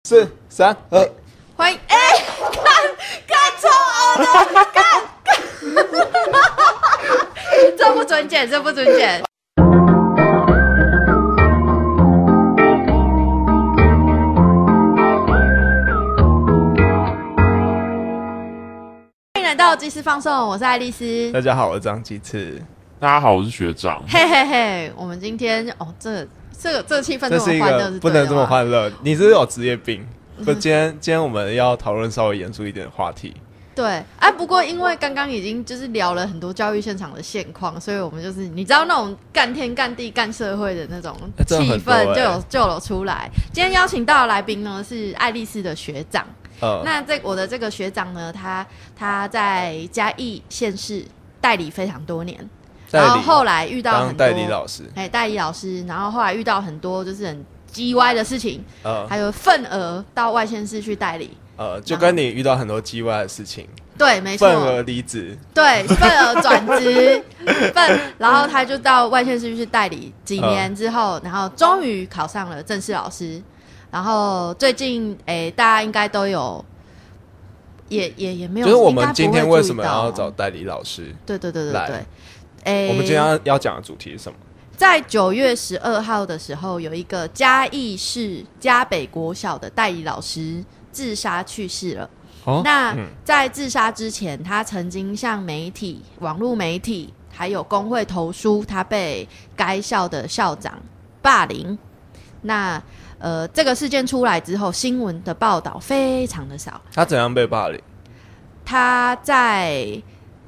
4、3、2， 欢迎！看超恶的，看，这不准剪，这不准剪。欢迎来到即时放送，我是爱丽丝。 大家好，我是张鸡翅。 大家好，我是学长。 嘿嘿嘿，我们今天这气氛这么欢乐， 不能这么欢乐。你是不是有职业病？就今天我们要讨论稍微严肃一点的话题。 对，不过因为刚刚已经就是聊了很多教育现场的现况，所以我们就是你知道那种干天干地干社会的那种气氛就有出来。今天邀请到的来宾呢是爱丽丝的学长。那我的这个学长呢，他在嘉义县市代理非常多年。然后后来遇到很多代理老师， 代理老师，然后后来遇到很多就是很叽歪的事情，还有份额到外县市去代理， 就跟你遇到很多叽歪的事情， 对，没错， 份额离职， 对，份额转职，然后他就到外县市去代理几年之后，然后终于考上了正式老师，然后最近大家应该都有。也没有， 就是我们今天为什么要找代理老师？ 对， 我们今天要讲的主题是什么？ 在9月12号的时候，有一个嘉义市嘉北国小的代理老师自杀去世了。那在自杀之前，他曾经向媒体、网络媒体还有工会投书，他被该校的校长霸凌。那这个事件出来之后，新闻的报道非常的少。 他怎样被霸凌？ 他在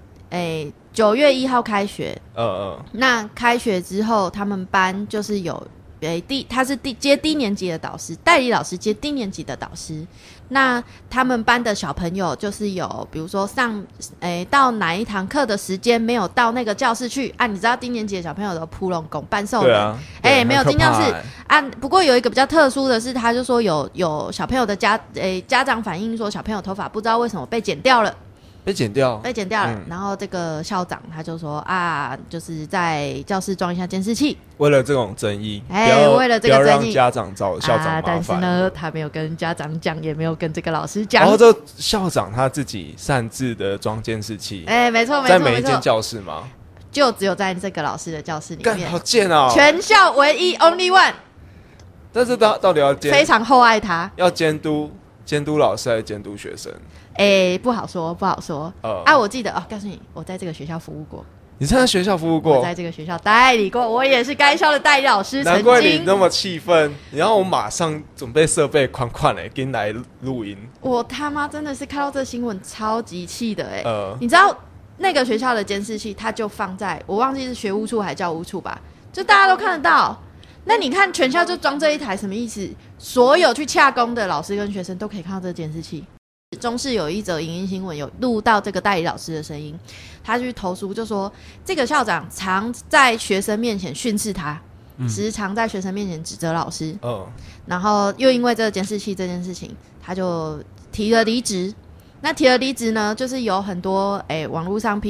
9月1号开学，那开学之后，他们班就是有他是接低年级的导师，代理老师接低年级的导师。那他们班的小朋友就是有，比如说到哪一堂课的时间没有到那个教室去你知道低年级的小朋友的扑龙拱半兽人，没有进教室不过有一个比较特殊的是，他就说有小朋友的家长反映说，小朋友头发不知道为什么被剪掉了。被剪掉了，然后这个校长他就说就是在教室装一下监视器， 为了这种争议， 为了这个争议， 不要让家长找校长麻烦。 但是呢，他没有跟家长讲，也没有跟这个老师讲。 然后这校长他自己擅自的装监视器， 没错， 在每一间教室吗？ 就只有在这个老师的教室里面， 好贱哦！ 全校唯一 only one。 但是到底要非常厚爱他， 要监督老师还是监督学生？ 不好说。我记得告诉你，我在这个学校服务过。 你在学校服务过？ 我在这个学校代理过，我也是该校的代理老师。 难怪你那么气愤，然后我马上准备设备款给你来录音。 我他妈真的是看到这新闻超级气的你知道那个学校的监视器，它就放在我忘记是学务处还是教务处吧，就大家都看得到。那你看全校就装这一台，什么意思？所有去洽公的老师跟学生都可以看到这个监视器。中视有一则影音新闻有录到这个代理老师的声音，他去投诉就说这个校长常在学生面前训斥他，时常在学生面前指责老师，然后又因为这个监视器这件事情，他就提了离职。那提了离职呢，就是有很多网络上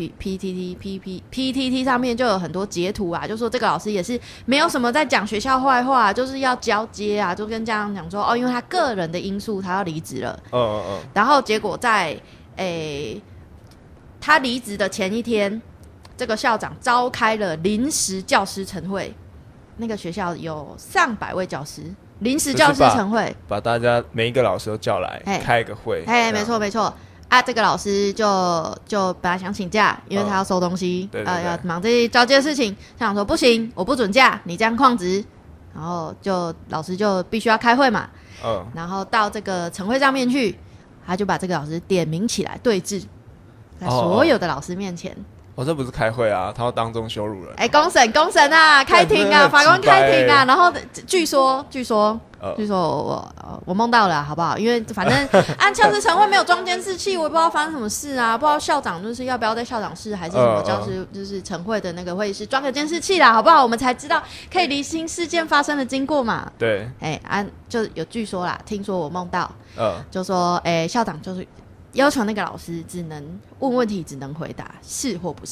PTT 上面就有很多截图就说这个老师也是没有什么在讲学校坏话，就是要交接就跟家长讲说因为他个人的因素他要离职了。然后结果在他离职的前一天，这个校长召开了临时教师晨会，那个学校有上百位教师。临时教师晨会， 把大家每一个老师都叫来开一个会。 没错这个老师就本来想请假，因为他要收东西，要忙这些交接的事情。他想说不行，我不准假，你这样旷职，然后老师就必须要开会嘛。然后到这个晨会上面去，他就把这个老师点名起来对质，在所有的老师面前。 这不是开会他要当众羞辱人。 公审开庭法官开庭然后据说我梦到了好不好？因为反正教师晨会没有装监视器，我也不知道发生什么事不知道校长就是要不要在校长室还是什么教师就是晨会的那个会议室装个监视器啦，好不好？我们才知道可以厘清事件发生的经过嘛。 对， 就有据说啦，听说我梦到，就说校长就是要求那个老师只能问问题，只能回答是或不是。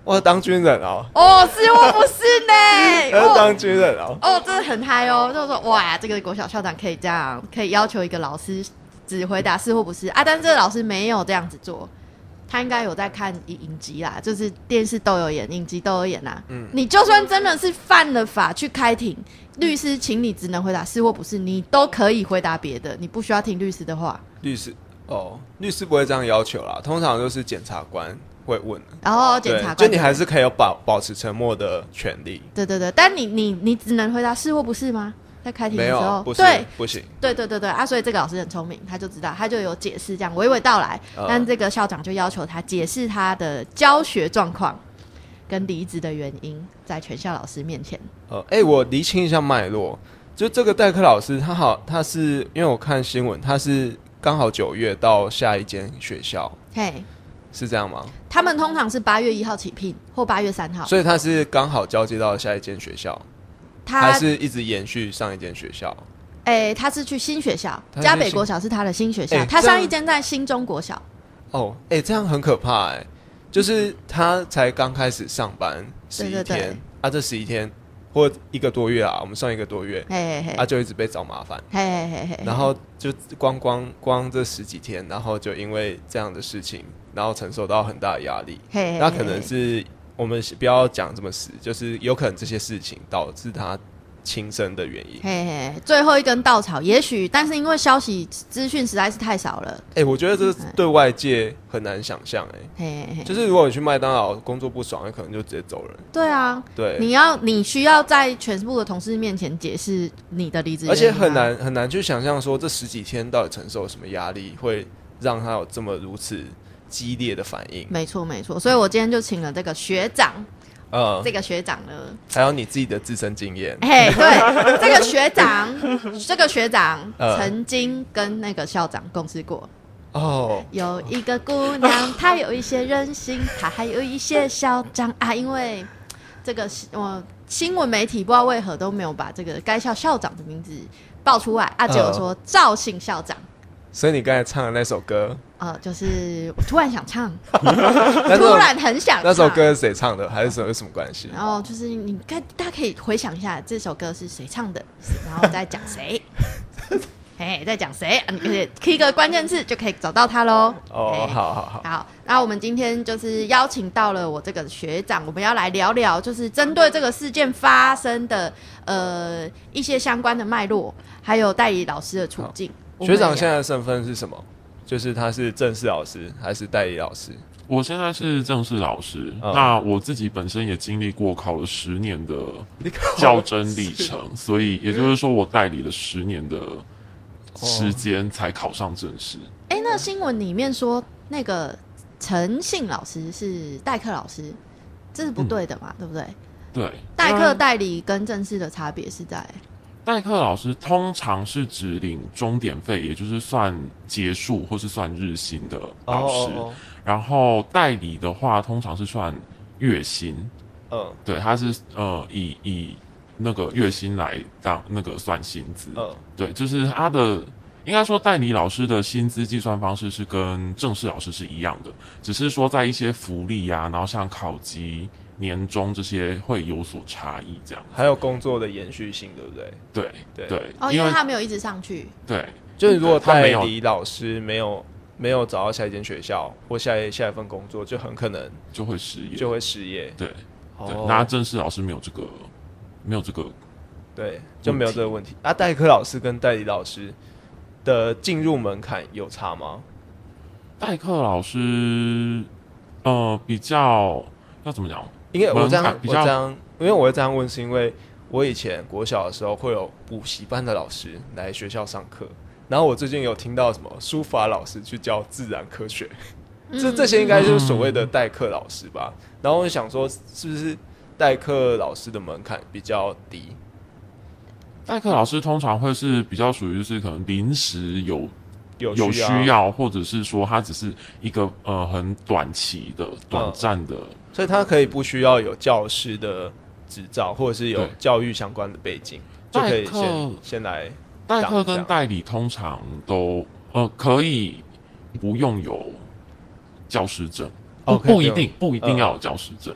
哇，当军人哦！ 哦，是我不是呢？ 他当军人哦！ 哦，真的很嗨哦！就是说，哇，这个国小校长可以这样，可以要求一个老师只回答是或不是啊？但是这个老师没有这样子做，他应该有在看影集啦，就是电视都有演，影集都有演啦。你就算真的是犯了法去开庭，律师请你只能回答是或不是，你都可以回答别的，你不需要听律师的话。 律师不会这样要求啦，通常都是检察官会问， 然后检察官就你还是可以有保持沉默的权利。 对，但你只能回答是或不是吗？在开庭的时候， 没有，不是， 对， 不行。 对啊，所以这个老师很聪明，他就知道，他就有解释，这样娓娓道来。但这个校长就要求他解释他的教学状况跟离职的原因，在全校老师面前。 我厘清一下脉络，就这个代课老师，他是因为我看新闻，他是刚好9月到下一间学校。 嘿。 是这样吗？ 他们通常是8月1号起聘，或8月3号， 所以他是刚好交接到下一间学校，还是一直延续上一间学校？ 他是去新学校，嘉北国小是他的新学校，他上一间在新中国小。 这样很可怕就是他才刚开始上班11天啊，这11天或1个多月啊，我们算1个多月，就一直被找麻烦，然后就光这10几天，然后就因为这样的事情。然后承受到很大的压力，那可能是我们不要讲这么死，就是有可能这些事情导致他轻生的原因。 最后一根稻草，也许，但是因为消息资讯实在是太少了。 我觉得这对外界很难想象。就是如果你去麦当劳工作不爽，可能就直接走人。 对啊， 对， 你需要在全部的同事面前解释你的离职原因， 而且很难去想象说这10几天到底承受什么压力，会让他有这么如此激烈的反应。 没错，所以我今天就请了这个学长，这个学长呢， 还有你自己的自身经验。 对，这个学长曾经跟那个校长共事过。有一个姑娘，她有一些任性，她还有一些嚣张啊。因为这个新闻媒体不知道为何都没有把这个该校校长的名字报出来只有说赵姓校长。 所以你刚才唱的那首歌， 就是我突然想唱，突然很想唱。 那首歌是谁唱的，还是有什么关系？ 然后就是大家可以回想一下这首歌是谁唱的，然后再讲谁，在讲谁，你可以 key 个关键字就可以找到他咯。好，那我们今天就是邀请到了我这个学长，我们要来聊聊，就是针对这个事件发生的一些相关的脉络，还有代理老师的处境。 学长现在的身份是什么？就是他是正式老师还是代理老师？ 我现在是正式老师。那我自己本身也经历过考了10年的教甄历程，所以也就是说我代理了10年的时间才考上正式。 那新闻里面说那个陈姓老师是代课老师，这是不对的嘛？对不对？ 对， 代课代理跟正式的差别是在。 代课老师通常是指领钟点费，也就是算结束或是算日薪的老师。然后代理的话，通常是算月薪。对，他是以那个月薪来当那个算薪资。对，就是他的应该说代理老师的薪资计算方式是跟正式老师是一样的，只是说在一些福利然后像考绩、年终这些会有所差异，这样还有工作的延续性，对不对？ 对， 因为他没有一直上去。 对， 就是如果代理老师没有找到下一间学校或下一份工作，就很可能就会失业。对，那正式老师没有这个， 对，就没有这个问题。代课老师跟代理老师的进入门槛有差吗？ 代课老师比较要怎么讲？ 因为我会这样问，是因为我以前国小的时候会有补习班的老师来学校上课，然后我最近有听到什么书法老师去教自然科学，这些应该就是所谓的代课老师吧。然后我想说，是不是代课老师的门槛比较低？ 代课老师通常会是比较属于就是可能临时有需要，或者是说他只是一个很短期的短暂的。 所以他可以不需要有教师的执照，或者是有教育相关的背景，就可以先来。 代课跟代理通常都可以不用有教师证，不一定要有教师证。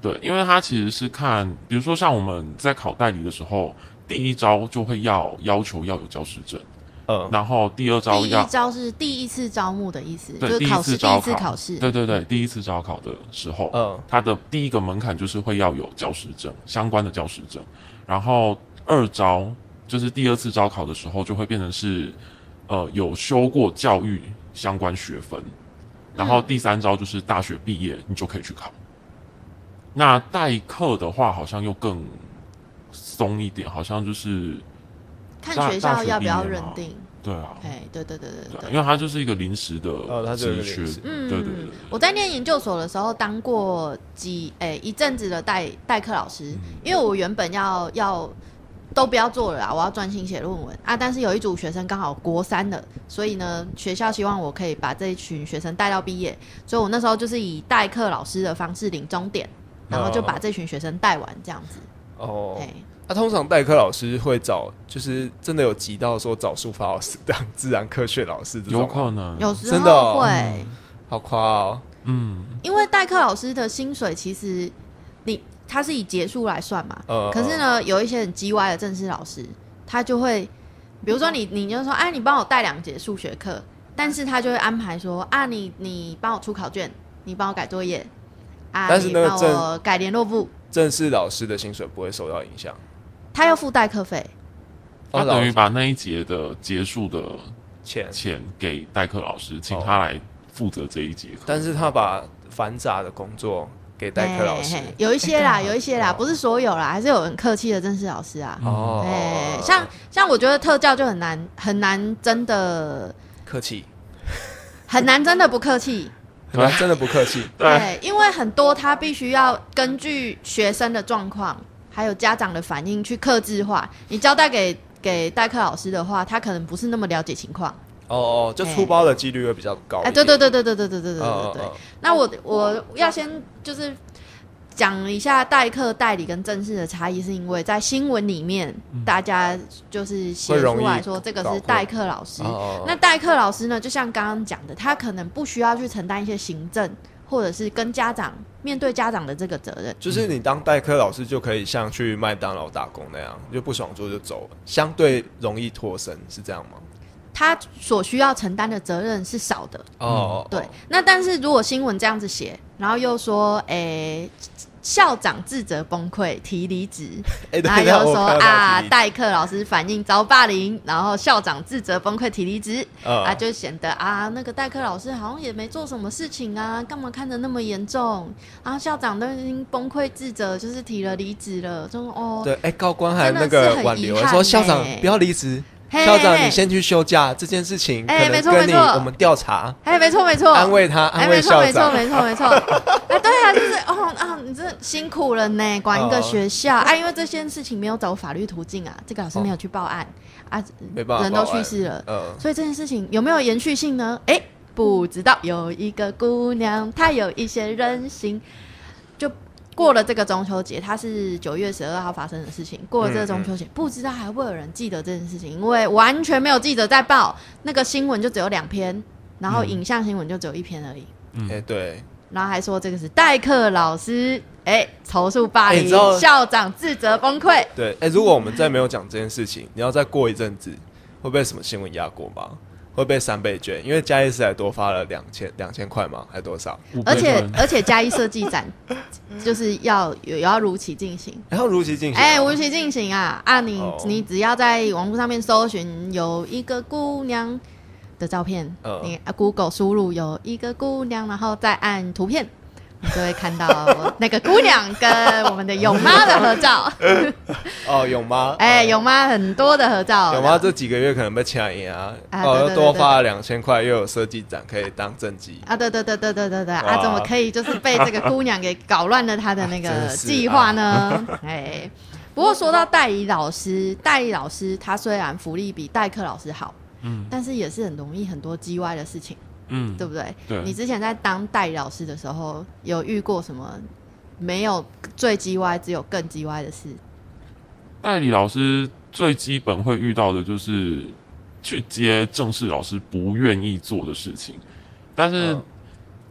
对，因为他其实是看，比如说像我们在考代理的时候，第一招就会要求要有教师证。然后第二招第一招是第一次招募的意思， 对， 就是第一次考试， 对，第一次招考的时候，它的第一个门槛就是会要有教师证，相关的教师证。然后二招就是第二次招考的时候，就会变成是有修过教育相关学分。然后第三招就是大学毕业你就可以去考。那代课的话，好像又更松一点，好像就是看学校要不要认定。 对啊， 对， 因为它就是一个临时的职缺，对。 我在念研究所的时候当过一阵子的代课老师，因为我原本要都不要做了啦，我要专心写论文啊。但是有一组学生刚好国3的，所以呢，学校希望我可以把这一群学生带到毕业，所以我那时候就是以代课老师的方式领钟点，然后就把这群学生带完这样子。 通常代课老师会找，就是真的有急到说找书法老师当自然科学老师这种， 有可能， 有时候会， 好夸哦。 因为代课老师的薪水其实他是以节数来算嘛，可是呢，有一些很叽歪的正式老师，他就会，比如说你就说，你帮我带2节数学课，但是他就会安排说，你帮我出考卷，你帮我改作业， 但是你帮我改联络簿， 正式老师的薪水不会受到影响。 他要付代课费， 他等于把那一节的结束的钱给代课老师，请他来负责这一节课。 但是他把繁杂的工作给代课老师， 有一些啦，不是所有啦，还是有很客气的正式老师啊。像我觉得特教就很难真的客气， 很难真的不客气。 真的不客气。 对，因为很多他必须要根据学生的状况。还有家长的反应去客制化，你交代给代课老师的话，他可能不是那么了解情况。 就出包的几率会比较高。 对。那我要先就是讲一下代课代理跟正式的差异，是因为在新闻里面，大家就是写出来说这个是代课老师。那代课老师呢，就像刚刚讲的，他可能不需要去承担一些行政，或者是跟家长面对家长的这个责任， 就是你当代课老师就可以像去麦当劳打工那样，就不爽做就走了，相对容易脱身，是这样吗？ 他所需要承担的责任是少的。对。那但是如果新闻这样子写，然后又说，校长自责崩溃提离职，然后又说代课老师反映遭霸凌，然后校长自责崩溃提离职，就显得那个代课老师好像也没做什么事情啊，干嘛看得那么严重？然后校长都已经崩溃自责，就是提了离职了，就对，高官还那个挽留说校长不要离职。校长，你先去休假，这件事情可能跟你我们调查。 没错， 安慰他，安慰校长。 没错。对啊，就是你真的辛苦了呢，管一个学校因为这件事情没有走法律途径啊，这个老师没有去报案没办法， 人都去世了，所以这件事情有没有延续性呢？不知道。有一个姑娘，她有一些任性，就。过了这个中秋节，它是9月12号发生的事情。过了这个中秋节，不知道还会有人记得这件事情，因为完全没有记者在报，那个新闻就只有2篇，然后影像新闻就只有1篇而已。 对。 然后还说这个是代课老师，投诉霸凌，校长自责崩溃。 对，如果我们再没有讲这件事情，你要再过一阵子，会被什么新闻压过吗？会被3倍券，因为嘉义市还多发了2000块吗？还多少？ 而且嘉义设计展就是要如期进行， 要如期进行， 如期进行啊！你只要在网络上面搜寻有一个姑娘的照片，你Google 输入有一个姑娘，然后再按图片。你就会看到那个姑娘跟我们的勇妈的合照。 勇妈， 勇妈很多的合照。 勇妈这几个月可能被抢赢又多发了2000块，又有设计展可以当正绩对，怎么可以就是被这个姑娘给搞乱了她的那个计划呢？不过说到代理老师他虽然福利比代课老师好，但是也是很容易很多叽歪的事情。对不对？ 对。 你之前在当代理老师的时候，有遇过什么没有最叽歪，只有更叽歪的事？ 代理老师最基本会遇到的就是去接正式老师不愿意做的事情，但是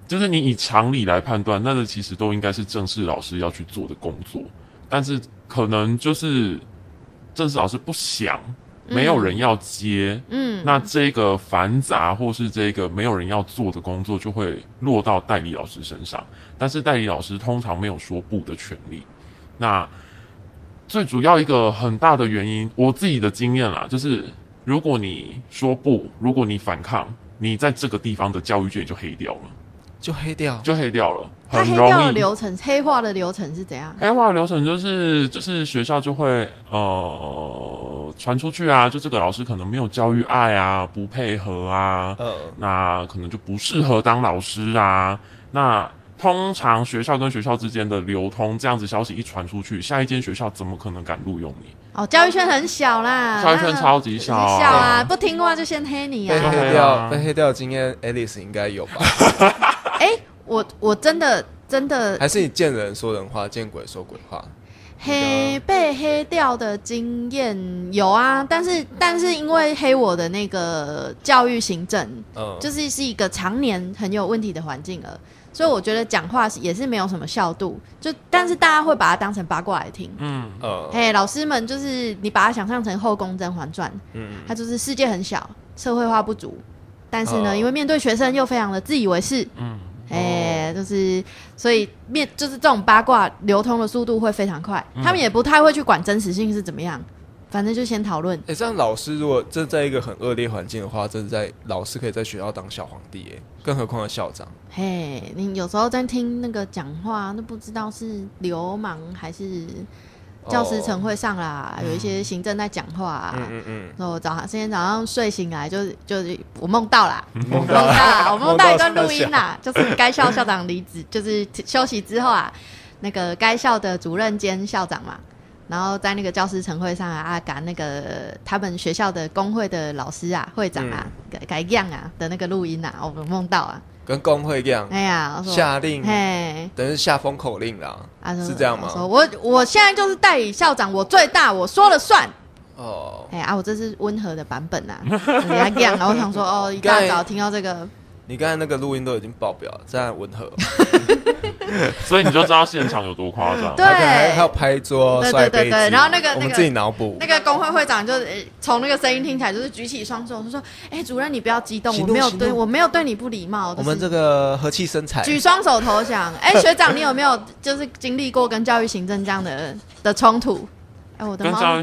就是你以常理来判断，那个其实都应该是正式老师要去做的工作，但是可能就是正式老师不想，没有人要接，那这个繁杂或是这个没有人要做的工作就会落到代理老师身上，但是代理老师通常没有说不的权利。那最主要一个很大的原因，我自己的经验啦，就是如果你说不，如果你反抗，你在这个地方的教育界就黑掉了。 就黑掉了， 它黑掉的流程，黑化的流程是怎样？ 黑化的流程就是学校就会传出去啊，就这个老师可能没有教育爱啊，不配合啊，那可能就不适合当老师啊。那通常学校跟学校之间的流通，这样子消息一传出去，下一间学校怎么可能敢录用你？ 哦，教育圈很小啦， 教育圈超级小啊，不听话就先黑你啊。被黑掉的经验 ，Alice 应该有吧？ 我真的还是你见人说人话，见鬼说鬼话。 被黑掉的经验有啊，但是因为黑我的那个教育行政，就是一个常年很有问题的环境了，所以我觉得讲话也是没有什么效度，但是大家会把它当成八卦来听。老师们就是你把它想象成后宫甄嬛传，它就是世界很小，社会化不足，但是呢，因为面对学生又非常的自以为是，就是所以就是这种八卦流通的速度会非常快，他们也不太会去管真实性是怎么样，反正就先讨论。 这样老师如果真在一个很恶劣环境的话，真的老师可以在学校当小皇帝耶，更何况是校长。 你有时候在听那个讲话，都不知道是流氓还是教师晨会上啦，有一些行政在讲话啊。我今天早上睡醒来就是我梦到啦，我梦到一段录音啦，就是该校校长离职，就是休息之后啊，那个该校的主任兼校长嘛，然后在那个教师晨会上啊，赶那个他们学校的工会的老师啊、会长啊、改样啊的那个录音啊，我梦到啊。 跟工会一样，下令，等于下封口令啦，是这样吗？ 我现在就是代理校长，我最大，我说了算。我这是温和的版本啊，人家这样，然后我想说，一大早听到这个， 你刚才那个录音都已经爆表了，这样温和， 所以你就知道现场有多夸张。 对， 还有拍桌、摔杯子， 然后我们自己脑补。 那个工会会长就从那个声音听起来就是举起双手，就说：“主任你不要激动，我没有对你不礼貌。 我们这个和气生财， 举双手投降。学长你有没有就是经历过跟教育行政这样的冲突？我的猫。”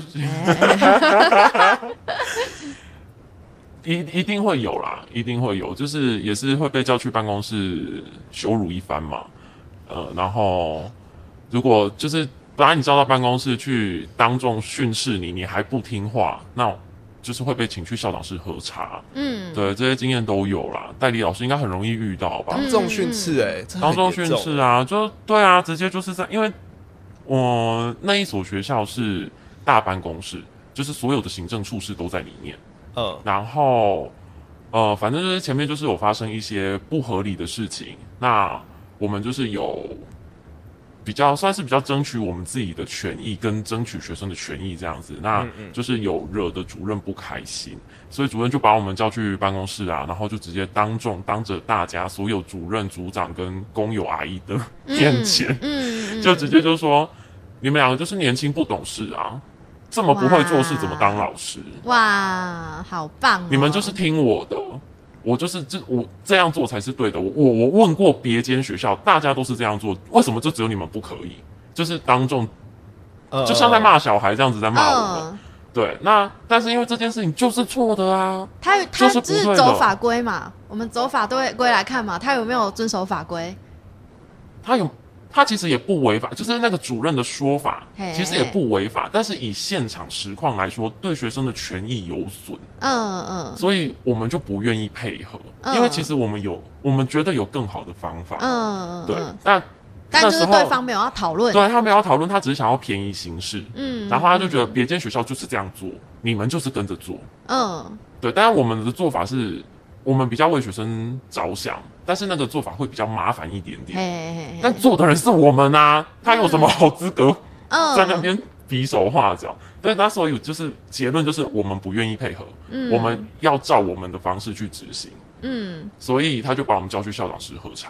一定会有啦，一定会有，就是也是会被叫去办公室羞辱一番嘛，然后如果就是把你叫到办公室去当众训斥你还不听话，那就是会被请去校长室喝茶。对，这些经验都有啦，代理老师应该很容易遇到吧？ 当众训斥当众训斥啊，就对啊，直接就是因为我那一所学校是大办公室，就是所有的行政处室都在里面。然后反正就是前面就是有发生一些不合理的事情，那我们就是有算是比较争取我们自己的权益跟争取学生的权益这样子，那就是有惹得主任不开心，所以主任就把我们叫去办公室啊，然后就直接当着大家所有主任、组长跟工友阿姨的面前，就直接就说你们两个就是年轻不懂事啊。这么不会做事，怎么当老师？ 哇，好棒！ 你们就是听我的，我就是我这样做才是对的。我问过别间学校，大家都是这样做，为什么就只有你们不可以？就是当众，就像在骂小孩这样子在骂我们。对，那但是因为这件事情就是错的啊， 他就是走法规嘛，我们走法规来看嘛，他有没有遵守法规？ 他其实也不违法，就是那个主任的说法其实也不违法，但是以现场实况来说，对学生的权益有损。所以我们就不愿意配合，因为其实我们觉得有更好的方法。对，但就是对方没有要讨论， 对他没有要讨论，他只是想要便宜行事。然后他就觉得别间学校就是这样做，你们就是跟着做。对，当然我们的做法是我们比较为学生着想，但是那个做法会比较麻烦一点点。但做的人是我们啊，他有什么好资格在那边比手画脚？对，那所以就是结论就是我们不愿意配合，我们要照我们的方式去执行。所以他就把我们叫去校长室喝茶。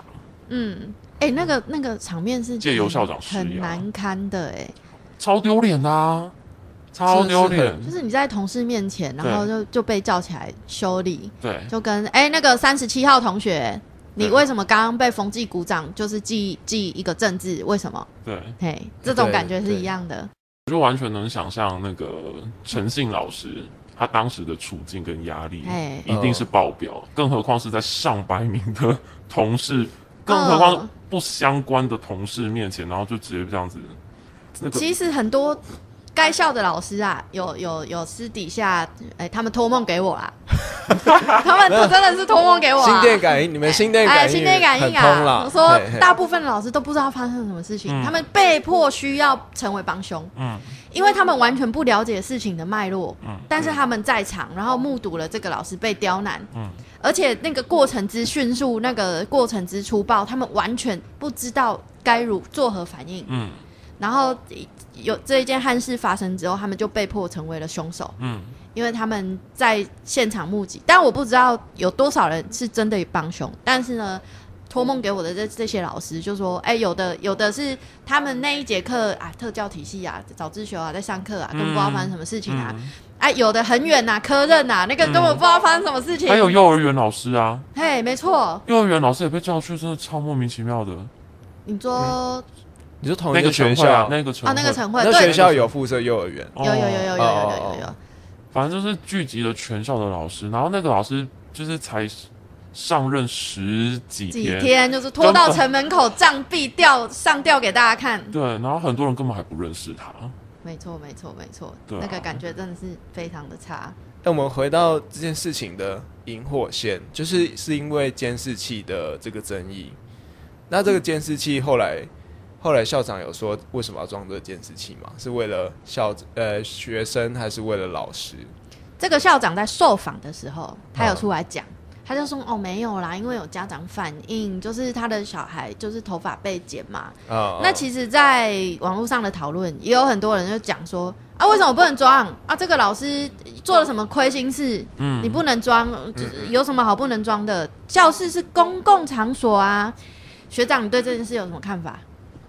那个场面是借由校长施压， 很难堪的超丢脸的啊，超丢脸。 就是你在同事面前，然后就被叫起来修理， 对， 就跟那个37号同学，你为什么刚刚被冯记鼓掌？就是记一个政治，为什么？ 对， 嘿，这种感觉是一样的。 我就完全能想象那个陈信老师他当时的处境跟压力，一定是爆表，更何况是在上百名的同事，更何况不相关的同事面前，然后就直接这样子。 其实很多该校的老师啊，有私底下，他们托梦给我啦，他们真的是托梦给我心电感应，你们心电感应很通啦。 我说大部分的老师都不知道发生什么事情，他们被迫需要成为帮凶，因为他们完全不了解事情的脉络，但是他们在场，然后目睹了这个老师被刁难，而且那个过程之迅速，那个过程之粗暴，他们完全不知道该作何反应，然后有这一件憾事发生之后，他们就被迫成为了凶手，因为他们在现场目击，但我不知道有多少人是真的帮凶，但是呢，托梦给我的这些老师就说，有的是他们那一节课啊，特教体系啊，早自修啊，在上课啊，根本不知道发生什么事情啊，有的很远啊，科任啊，那个根本不知道发生什么事情。 还有幼儿园老师啊， 嘿，没错， 幼儿园老师也被叫去，真的超莫名其妙的。 你说同一个学校那个晨会， 那学校有附设幼儿园， 有， 反正就是聚集了全校的老师，然后那个老师就是才上任10几天， 就是拖到城门口杖毙上吊给大家看。 对，然后很多人根本还不认识他。 没错，那个感觉真的是非常的差。 那我们回到这件事情的引火线，是因为监视器的这个争议。那这个监视器后来校长有说为什么要装这个监视器吗？是为了学生还是为了老师？ 这个校长在受访的时候，他有出来讲，他就说没有啦，因为有家长反映，就是他的小孩就是头发被剪嘛。那其实，在网络上的讨论，也有很多人就讲说为什么不能装啊？这个老师做了什么亏心事？你不能装，有什么好不能装的？教室是公共场所啊。学长，你对这件事有什么看法？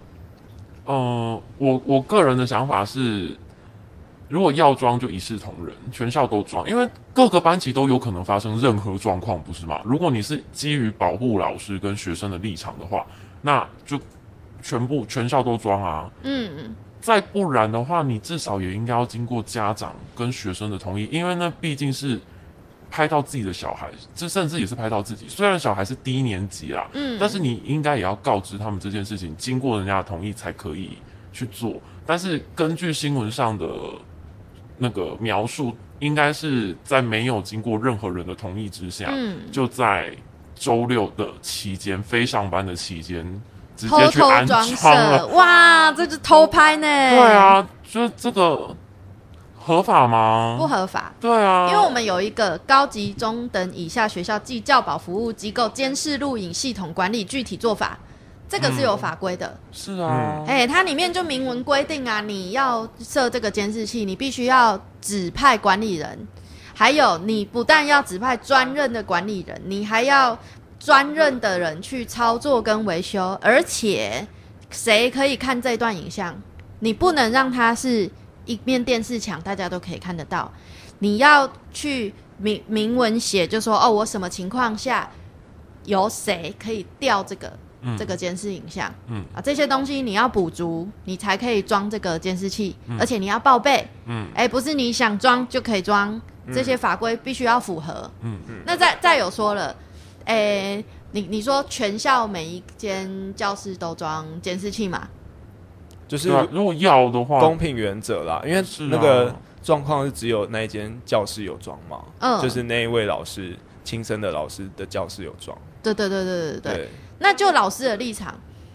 我个人的想法是，如果要装就一视同仁，全校都装，因为各个班级都有可能发生任何状况，不是吗？如果你是基于保护老师跟学生的立场的话，那就全校都装啊。再不然的话，你至少也应该要经过家长跟学生的同意，因为那毕竟是拍到自己的小孩，这甚至也是拍到自己。虽然小孩是低年级啦，但是你应该也要告知他们这件事情，经过人家的同意才可以去做。但是根据新闻上的那个描述，应该是在没有经过任何人的同意之下，就在周六的期间，非上班的期间，直接去安装了。 哇，这是偷拍呢？ 对啊，就是这个。合法吗？ 不合法。 对啊， 因为我们有一个高级中等以下学校暨教保服务机构监视录影系统管理具体做法，这个是有法规的。 是啊， 它里面就明文规定啊，你要设这个监视器，你必须要指派管理人，还有你不但要指派专任的管理人，你还要专任的人去操作跟维修，而且谁可以看这段影像，你不能让它是一面电视墙大家都可以看得到，你要去明文写，就说我什么情况下由谁可以调这个监视影像，这些东西你要补足，你才可以装这个监视器，而且你要报备，不是你想装就可以装，这些法规必须要符合。那再有说了，你说全校每一间教室都装监视器嘛？ 就是如果要的话， 公平原则啦，因为那个状况是只有那一间教室有装嘛，就是那一位老师亲生的老师的教室有装。对。那就老师的立场，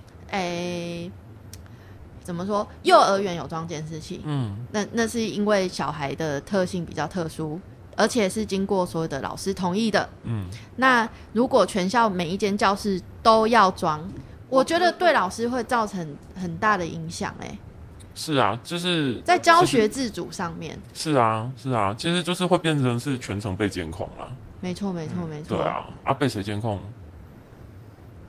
怎么说？幼儿园有装监视器，那是因为小孩的特性比较特殊，而且是经过所有的老师同意的。那如果全校每一间教室都要装，我觉得对老师会造成很大的影响。 是啊，就是在教学自主上面。 是啊，其实就是会变成是全程被监控啦。 没错。 对啊，被谁监控？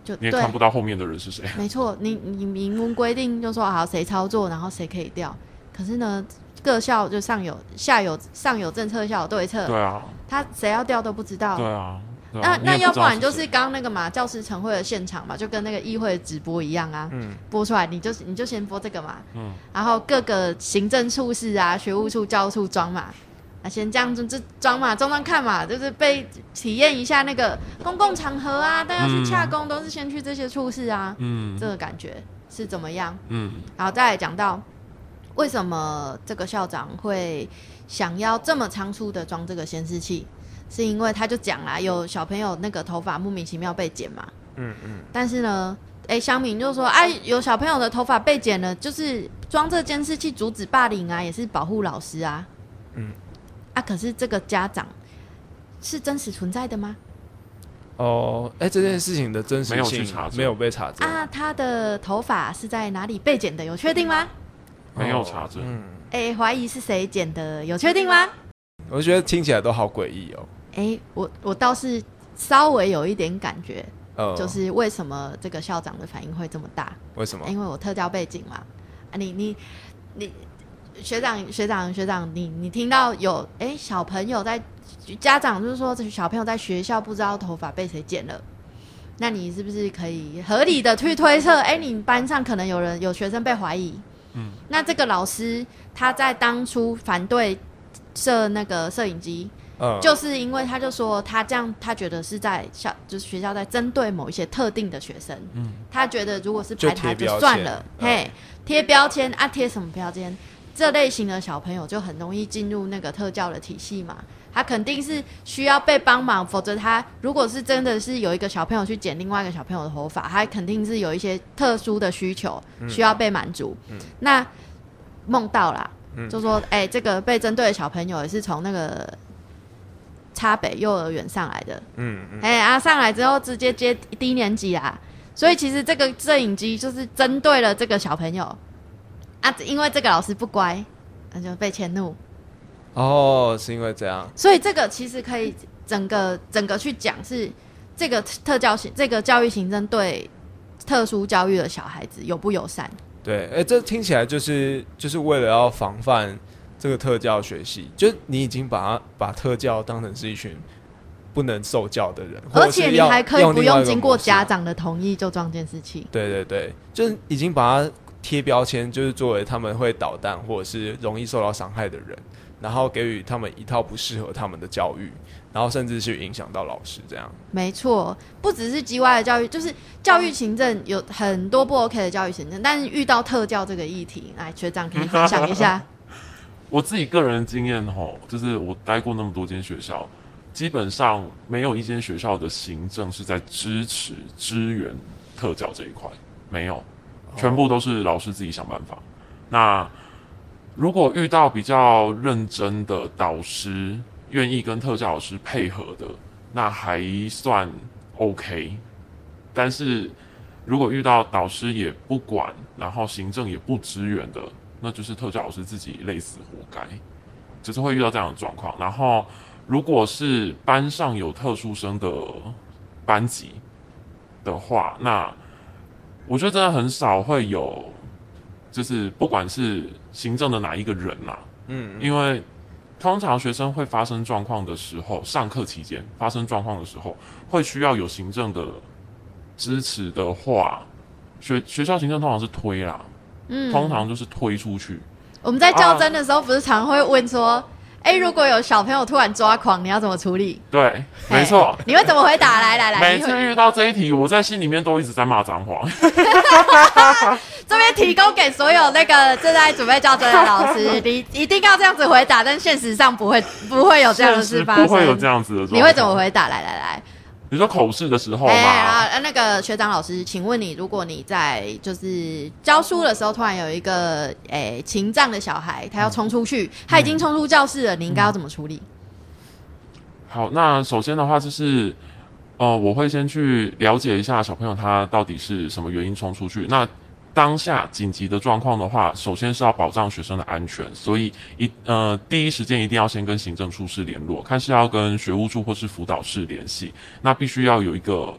你也看不到后面的人是谁。 没错，你明文规定就说好谁操作，然后谁可以调。可是呢，各校就上有下有，上有政策，下有对策。 对啊， 他谁要调都不知道。 对啊。 那要不然就是刚那个嘛，教师晨会的现场嘛，就跟那个议会的直播一样啊。播出来你就先播这个嘛。然后各个行政处室啊、学务处、教务处装嘛，先这样子就装嘛，装看嘛，就是被体验一下那个公共场合啊，大家去洽公都是先去这些处室啊。这个感觉是怎么样？然后再来讲到为什么这个校长会想要这么仓促的装这个监视器。是因为他就讲啦，有小朋友那个头发莫名其妙被剪嘛，但是呢，乡民就说有小朋友的头发被剪了，就是装这监视器阻止霸凌啊，也是保护老师啊，可是这个家长是真实存在的吗？ 这件事情的真实性没有被查证啊，他的头发是在哪里被剪的？有确定吗？ 没有查证。 怀疑是谁剪的？有确定吗？ 我觉得听起来都好诡异哦。 我倒是稍微有一点感觉，就是为什么这个校长的反应会这么大？ 为什么？ 因为我特教背景嘛。你学长，你听到有小朋友在家长就是说小朋友在学校不知道头发被谁剪了，那你是不是可以合理的去推测？你班上可能有学生被怀疑，那这个老师他在当初反对设那个摄影机。就是因为他就说他这样，他觉得是在就是学校在针对某一些特定的学生，他觉得如果是排台就算了，贴标签啊，贴什么标签？这类型的小朋友就很容易进入那个特教的体系嘛，他肯定是需要被帮忙，否则他如果是真的是有一个小朋友去剪另外一个小朋友的头发，他肯定是有一些特殊的需求需要被满足。那梦到啦，就说这个被针对的小朋友也是从那个插北幼儿园上来的，上来之后直接接低年级啦，所以其实这个摄影机就是针对了这个小朋友因为这个老师不乖，那就被迁怒。 是因为这样， 所以这个其实可以整个去讲是这个这个教育行政对特殊教育的小孩子友不友善？ 对，这听起来就是为了要防范这个特教学系，就你已经把特教当成是一群不能受教的人， 而且你还可以不用经过家长的同意就装监视器。 对，就是已经把它贴标签，就是作为他们会捣蛋或者是容易受到伤害的人，然后给予他们一套不适合他们的教育，然后甚至去影响到老师这样。 没错，不只是叽歪的教育，就是教育行政有很多不 OK 的教育行政，但是遇到特教这个议题，来学长可以分享一下。 我自己个人的经验就是我待过那么多间学校，基本上没有一间学校的行政是在支援特教这一块，没有，全部都是老师自己想办法。那如果遇到比较认真的导师，愿意跟特教老师配合的，那还算 OK。但是如果遇到导师也不管，然后行政也不支援的，那就是特教老师自己累死活该，就是会遇到这样的状况。然后如果是班上有特殊生的班级的话，那我觉得真的很少会有，就是不管是行政的哪一个人啦，因为通常学生会发生状况的时候，上课期间发生状况的时候，会需要有行政的支持的话，学校行政通常是推啦。通常就是推出去。我们在教甄的时候，不是常会问说，如果有小朋友突然抓狂，你要怎么处理？ 对，没错。 你会怎么回答？来， 每次遇到这一题，我在心里面都一直在骂脏话。 这边提供给所有那个正在准备教甄的老师，你一定要这样子回答，但现实上不会有这样的事发生， 不会有这样子的状况。 你会怎么回答？来。 你说口试的时候吗？ 那个学长老师，请问你，如果你在就是教书的时候，突然有一个情障的小孩，他要冲出去，他已经冲出教室了，你应该要怎么处理？ 好，那首先的话就是，我会先去了解一下小朋友他到底是什么原因冲出去。那当下紧急的状况的话，首先是要保障学生的安全，所以第一时间一定要先跟行政处室联络，看是要跟学务处或是辅导室联系。那必须要有一个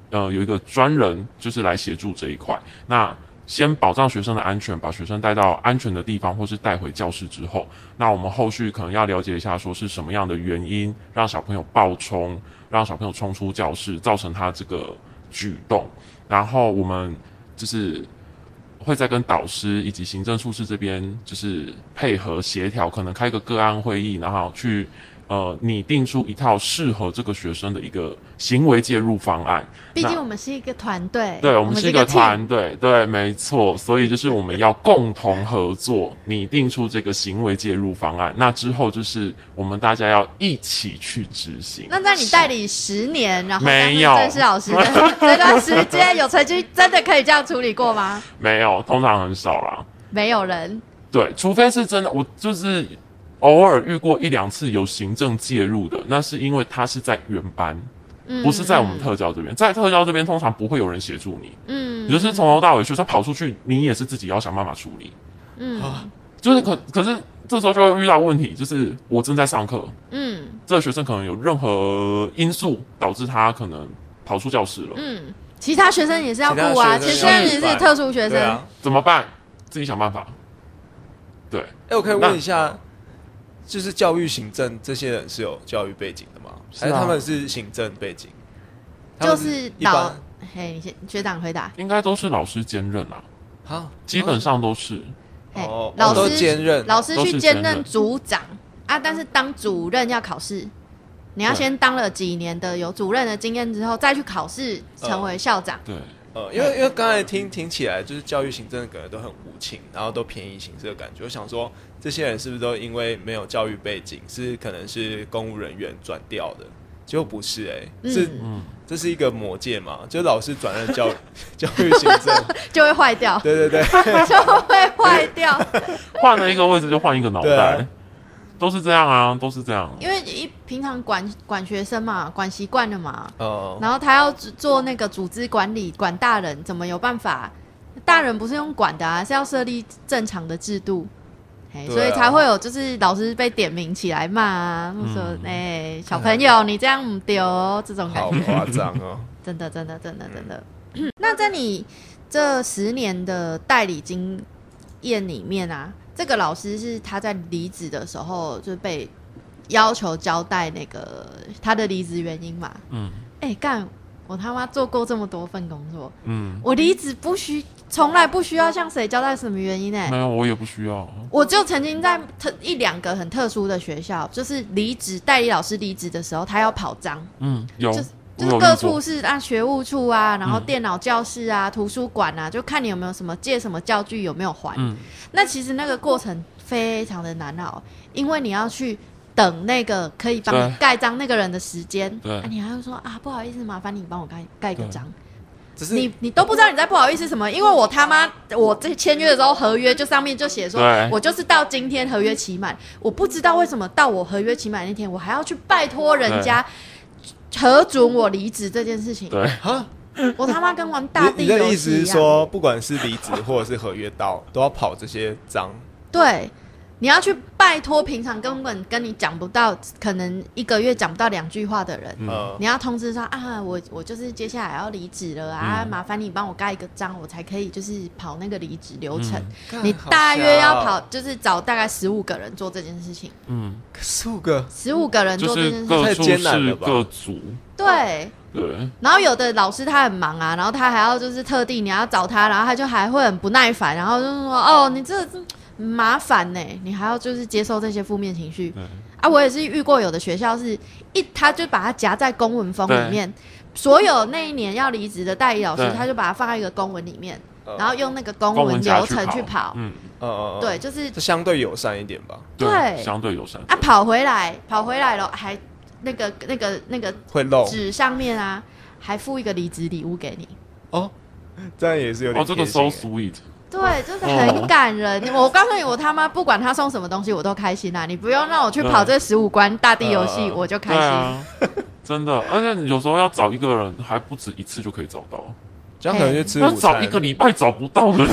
有一个专人就是来协助这一块。那先保障学生的安全，把学生带到安全的地方，或是带回教室之后，那我们后续可能要了解一下，说是什么样的原因让小朋友暴冲，让小朋友冲出教室，造成他这个举动。然后我们就是会再跟导师以及行政处室这边就是配合协调，可能开个个案会议，然后去拟定出一套适合这个学生的一个行为介入方案。 毕竟我们是一个团队， 对，我们是一个团队，对，没错。所以就是我们要共同合作，拟定出这个行为介入方案。那之后就是我们大家要一起去执行。 那在你代理10年，然后没有正式老师的这段时间，有曾经真的可以这样处理过吗？ 没有，通常很少啦。 没有人。 对，除非是真的，我就是偶尔遇过1-2次有行政介入的，那是因为他是在原班，不是在我们特教这边。在特教这边，通常不会有人协助你，你就是从头到尾学生跑出去，你也是自己要想办法处理，就是可是这时候就会遇到问题，就是我正在上课，这个学生可能有任何因素导致他可能跑出教室了， 其他学生也是要顾啊，其实也是特殊学生， 怎么办？自己想办法。对， 我可以问一下。就是教育行政这些人是有教育背景的吗？还是他们是行政背景？ 就是你学长回答。 应该都是老师兼任啊，基本上都是。 老师兼任， 老师去兼任组长啊，但是当主任要考试，你要先当了几年的有主任的经验之后，再去考试成为校长。 对。 因为刚才听起来就是教育行政的可能都很无情，然后都便宜行事的感觉。我想说，这些人是不是都因为没有教育背景，是可能是公务人员转调的？结果不是这是一个魔戒嘛？就是老师转任教育行政就会坏掉， 对， 就会坏掉。 换了一个位置就换一个脑袋。都是这样啊，都是这样。 因为平常管学生嘛，管习惯了嘛，然后他要做那个组织管理，管大人，怎么有办法？大人不是用管的啊，是要设立正常的制度，所以才会有就是老师被点名起来骂啊，说小朋友你这样不对哦，这种感觉。 好夸张哦！ 真的。那在你这10年的代理经验里面啊。这个老师是他在离职的时候就被要求交代那个他的离职原因嘛。我他妈做过这么多份工作，我离职从来不需要向谁交代什么原因没有，我也不需要。 我就曾经在1-2个很特殊的学校，就是代理老师离职的时候，他要跑章， 有。 就是各处是学务处啊，然后电脑教室啊、图书馆啊，就看你有没有什么借什么教具有没有还。那其实那个过程非常的难熬，因为你要去等那个可以帮你盖章那个人的时间，你还会说不好意思，麻烦你帮我盖个章。你都不知道你在不好意思什么，因为我这签约的时候合约就上面就写说，我就是到今天合约期满，我不知道为什么到我合约期满那天，我还要去拜托人家。核准我离职这件事情，我他妈跟玩大地游戏一样。你的意思是说，不管是离职或者是合约到，都要跑这些章？ 对，你要去拜托平常根本跟你讲不到，可能1个月讲不到2句话的人，你要通知说我就是接下来要离职了麻烦你帮我盖一个章，我才可以就是跑那个离职流程。你大约要跑，就是找大概15个人做这件事情。15个人做这件事情太艰难了吧？ 各组。 对。然后有的老师他很忙啊，然后他还要就是特地你要找他，然后他就还会很不耐烦，然后就说你这麻烦你还要就是接受这些负面情绪我也是遇过有的学校是他就把它夹在公文封里面，所有那一年要离职的代理老师他就把它放在一个公文里面，然后用那个公文流程去跑。对，就是相对友善一点吧。 对， 相对友善跑回来了，还那个会漏纸上面还附一个离职礼物给你。 这样也是有点这个 so sweet。 对，就是很感人。我告诉你，我他妈不管他送什么东西，我都开心你不用让我去跑这15关大地游戏，我就开心。 真的，而且有时候要找一个人，还不止1次就可以找到。 这样可能就吃午餐。 要找1个礼拜找不到的人，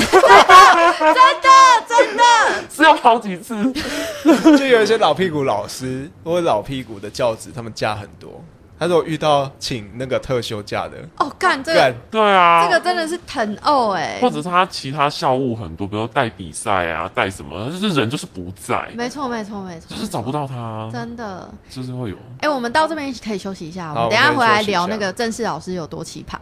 真的是要好几次。 就有一些老屁股老师或者老屁股的教职，他们假很多， 他说遇到请那个特休假的， 干这个， 对啊， 这个真的是疼或者是他其他校务很多，比如带比赛啊，带什么，就是人就是不在， 没错， 就是找不到他， 真的就是会有。 我们到这边可以休息一下，我们等一下回来聊那个正式老师有多奇葩。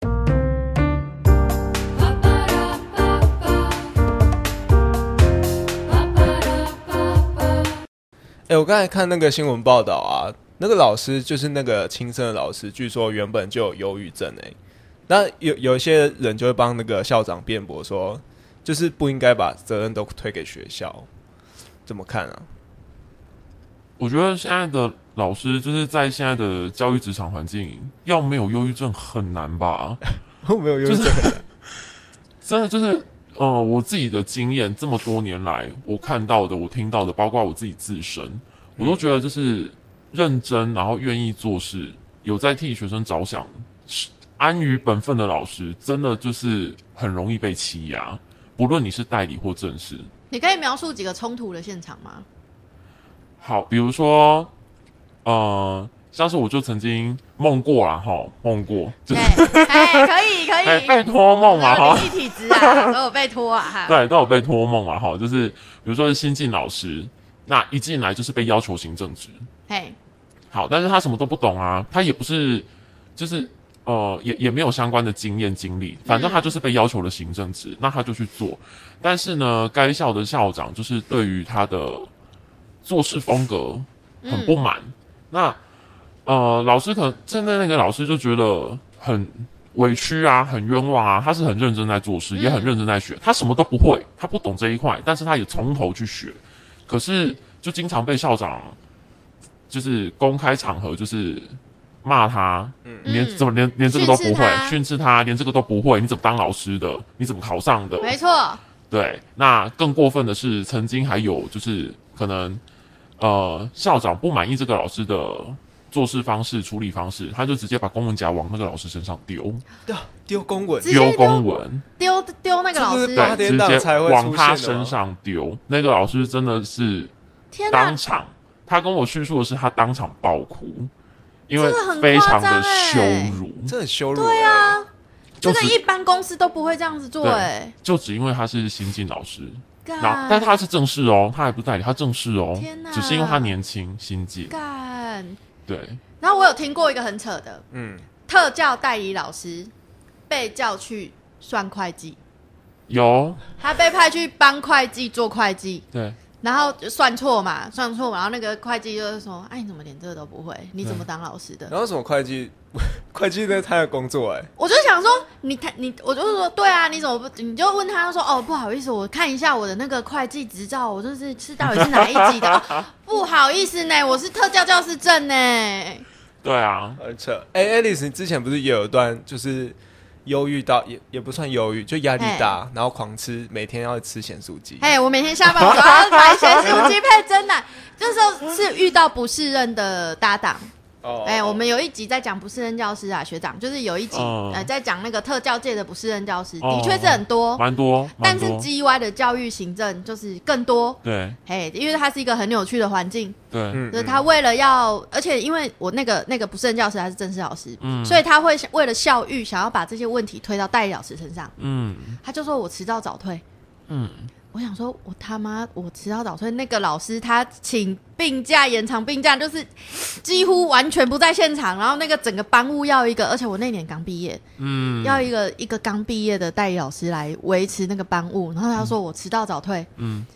我刚才看那个新闻报道啊，那个老师就是那个轻生的老师，据说原本就有忧郁症那有一些人就会帮那个校长辩驳说，就是不应该把责任都推给学校，怎么看啊？ 我觉得现在的老师就是在现在的教育职场环境，要没有忧郁症很难吧？ 没有忧郁症， 真的就是我自己的经验，这么多年来我看到的、我听到的，包括我自己自身，我都觉得就是认真，然后愿意做事，有在替学生着想，安于本分的老师，真的就是很容易被欺压，不论你是代理或正式。 你可以描述几个冲突的现场吗？ 好，比如说，像是我就曾经梦过啦，梦过，就是可以， 被托梦嘛， 哈，灵异体质啊，都有被托啊，哈， 对，都有被托梦嘛，哈，就是比如说是新进老师，那一进来就是被要求行政职，好，但是他什么都不懂啊，他也不是，就是也没有相关的经验经历，反正他就是被要求了行政职，那他就去做，但是呢，该校的校长就是对于他的做事风格很不满，那老师可能现在那个老师就觉得很委屈啊，很冤枉啊，他是很认真在做事，也很认真在学，他什么都不会，他不懂这一块，但是他也从头去学，可是就经常被校长就是公开场合就是骂他，连这个都不会，训斥他，连这个都不会，你怎么当老师的？你怎么考上的？ 没错， 对，那更过分的是，曾经还有就是可能校长不满意这个老师的做事方式、处理方式，他就直接把公文夹往那个老师身上丢公文， 丢公文， 丢那个老师， 对，直接往他身上丢。那个老师真的是当场，他跟我叙述的是他当场爆哭，因为非常的羞辱， 这很羞辱， 对啊，这个一般公司都不会这样子做， 就只因为他是新进老师。但他是正式哦，他还不是代理，他正式哦，只是因为他年轻新进。对。 然后我有听过一个很扯的，特教代理老师被叫去算会计， 有， 他被派去帮会计做会计， 对。 然后算错嘛，然后那个会计就是说：“哎，你怎么连这个都不会？你怎么当老师的？” 然后什么会计？会计那是他的工作我就想说，我就说对啊，你怎么不？你就问他说：“哦，不好意思，我看一下我的那个会计执照，我就是到底是哪一级的？不好意思呢，我是特教教师证呢。” 对啊， 很扯。Alice， 你之前不是也有一段就是忧郁到也不算忧郁，就压力大，然后狂吃，每天要吃咸酥鸡。 我每天下班我都要买咸酥鸡配珍奶。这时候是遇到不适任的搭档。我们有一集在讲不适任教师啊，学长就是有一集在讲那个特教界的不适任教师，的确是很多， 蛮多， 但是 GY 的教育行政就是更多。 对， 因为它是一个很扭曲的环境。 对， 就是他为了要，而且因为我那个不适任教师他是正式老师，所以他会为了校誉，想要把这些问题推到代理老师身上。他就说我迟到早退。我想说，我他妈，我迟到早退，那个老师他请病假、延长病假，就是几乎完全不在现场，然后那个整个班务要一个，而且我那年刚毕业，要一个刚毕业的代理老师来维持那个班务，然后他说我迟到早退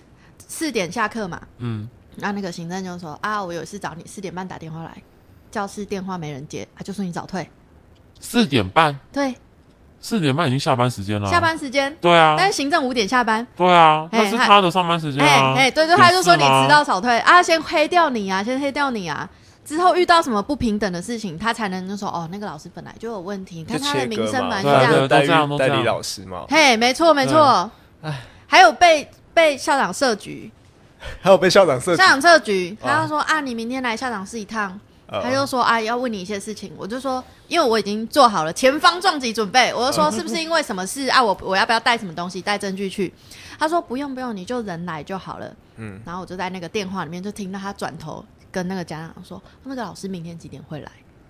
，4点下课嘛，然后那个行政就说啊，我有事找你，4点半打电话来，教室电话没人接，就说你早退 ，4点半， 对。 4点半已经下班时间了， 下班时间对啊， 但是行政5点下班， 对啊，那是他的上班时间啊， 对，他就说你迟到早退啊，先黑掉你啊，之后遇到什么不平等的事情，他才能就说那个老师本来就有问题，看他的名声嘛，就这样代理老师嘛， 没错，还有被校长设局， 校长设局，他就说啊，你明天来校长室一趟。他就说要问你一些事情，我就说因为我已经做好了前方撞击准备，我就说是不是因为什么事啊？我要不要带什么东西带证据去？他说不用，你就人来就好了。然后我就在那个电话里面就听到他转头跟那个家长说，那个老师明天几点会来？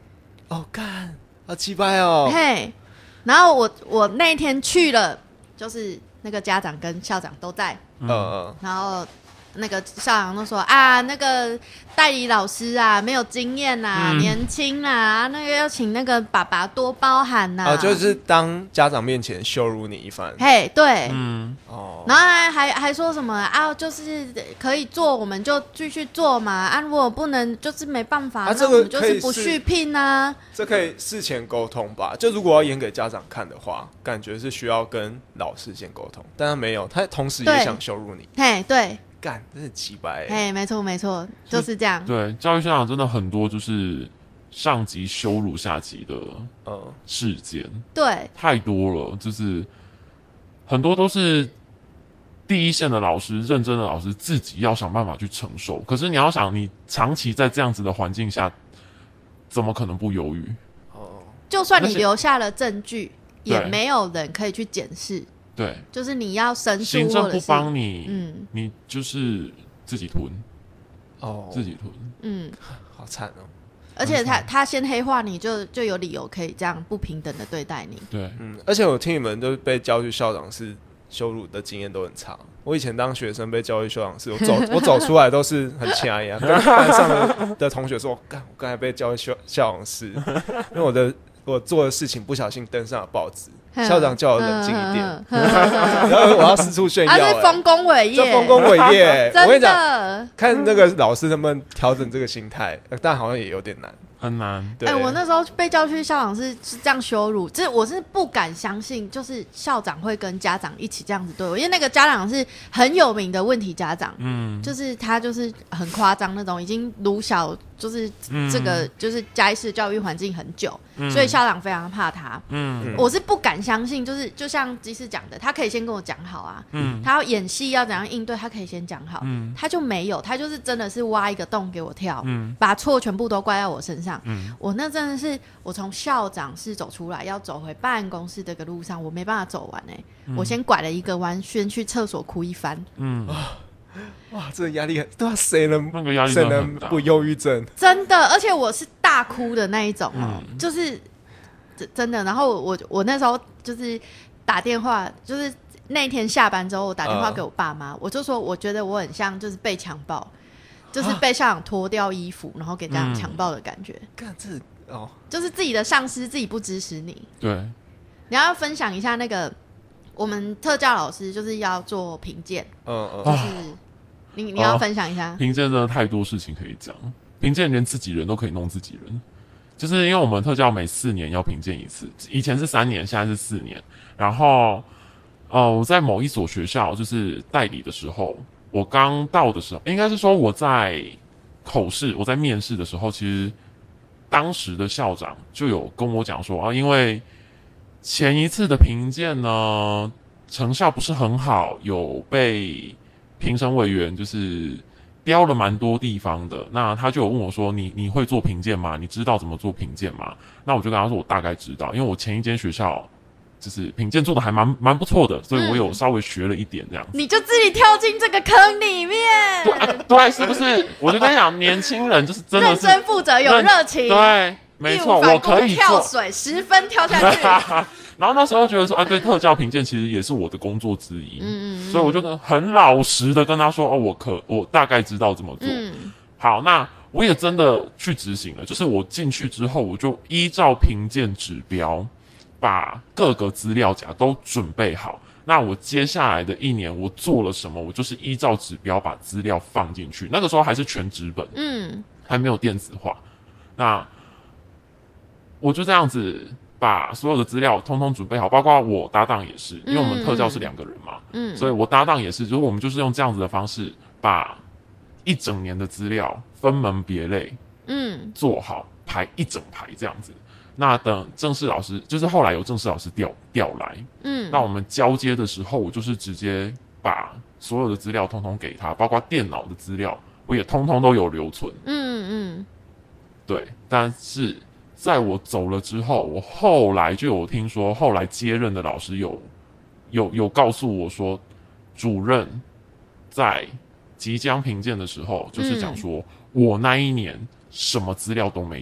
哦，干，好奇葩哦。 嘿，然后我那一天去了，就是那个家长跟校长都在，然后那个校长都说啊，那个代理老师啊没有经验啊，年轻啊，那个要请那个爸爸多包涵啊， 就是当家长面前羞辱你一番。 嘿，对，然后还说什么啊，就是可以做我们就继续做嘛，啊，如果不能就是没办法，那我们就是不续聘啊。 这可以事前沟通吧？就如果要演给家长看的话，感觉是需要跟老师先沟通，但他没有，他同时也想羞辱你。 嘿，对。 干，真是奇葩。 哎，没错没错，就是这样。 对，教育现场真的很多就是上级羞辱下级的事件， 对， 太多了，就是很多都是第一线的老师、认真的老师自己要想办法去承受。可是你要想，你长期在这样子的环境下，怎么可能不忧郁？ 就算你留下了证据，也没有人可以去检视。 对， 就是你要申诉， 行政不帮你，你就是自己吞，自己吞， 好惨哦。 而且他先黑化你就有理由可以这样不平等的对待你。 对， 而且我听你们都被教育校长是羞辱的经验都很差。我以前当学生被教育校长是，我走出来都是很掐一样，跟班上的同学说，我刚才被教育校长是，因为我做的事情不小心登上了报纸。校长叫我冷静一点，然后我要四处炫耀， 他是丰功伟业， 这丰功伟业。 我跟你讲，看那个老师能不能调整这个心态，但好像也有点难， 很难。 对，我那时候被教区校长是这样羞辱，我是不敢相信，就是校长会跟家长一起这样子对我，因为那个家长是很有名的问题家长，就是他就是很夸张那种，已经鲁小。就是这个就是嘉义市教育环境很久，所以校长非常怕他。我是不敢相信，就像鸡士讲的，他可以先跟我讲好啊。他要演戏要怎样应对，他可以先讲好。他就没有，他就是真的是挖一个洞给我跳，把错全部都怪在我身上。我那真的是，我从校长室走出来，要走回办公室这个路上，我没办法走完我先拐了一个弯，先去厕所哭一番。 哇，这个压力对啊，谁能不忧郁症？ 真的，而且我是大哭的那一种就是真的。然后我那时候就是打电话，就是那天下班之后，我打电话给我爸妈，我就说我觉得我很像就是被强暴，就是被校长脱掉衣服，然后给这样强暴的感觉。 干就是自己的上司自己不支持你。 对， 你要分享一下那个我们特教老师就是要做评鉴，就是你要分享一下。 评鉴真的太多事情可以讲，评鉴连自己人都可以弄自己人，就是因为我们特教每4年要评鉴一次，以前是3年，现在是4年。然后我在某一所学校就是代理的时候，我刚到的时候，应该是说我在我在面试的时候，其实当时的校长就有跟我讲说因为前一次的评鉴呢成效不是很好，有被评审委员就是标了蛮多地方的。那他就有问我说你会做评鉴吗？你知道怎么做评鉴吗？那我就跟他说我大概知道，因为我前一间学校就是评鉴做的还蛮不错的，所以我有稍微学了一点这样子。 你就自己跳进这个坑里面。 对，是不是？我就跟你讲，年轻人就是真的是认真负责有热情。 对，没错，我可以跳水10分跳下去。 然后那时候觉得说对，特教评鉴其实也是我的工作之一，所以我就很老实的跟他说我大概知道怎么做。好，那我也真的去执行了，就是我进去之后，我就依照评鉴指标把各个资料夹都准备好。那我接下来的1年我做了什么？我就是依照指标把资料放进去。那个时候还是全纸本，还没有电子化。那我就这样子把所有的资料通通准备好，包括我搭档也是，因为我们特教是2个人嘛，所以我搭档也是，就是我们就是用这样子的方式把1整年的资料分门别类，做好，排1整排这样子。那等正式老师，就是后来有正式老师调来，那我们交接的时候，我就是直接把所有的资料通通给他，包括电脑的资料，我也通通都有留存，对，但是在我走了之后，我后来就有听说，后来接任的老师有告诉我说，主任在即将评鉴的时候，就是讲说我那一年什么资料都没有，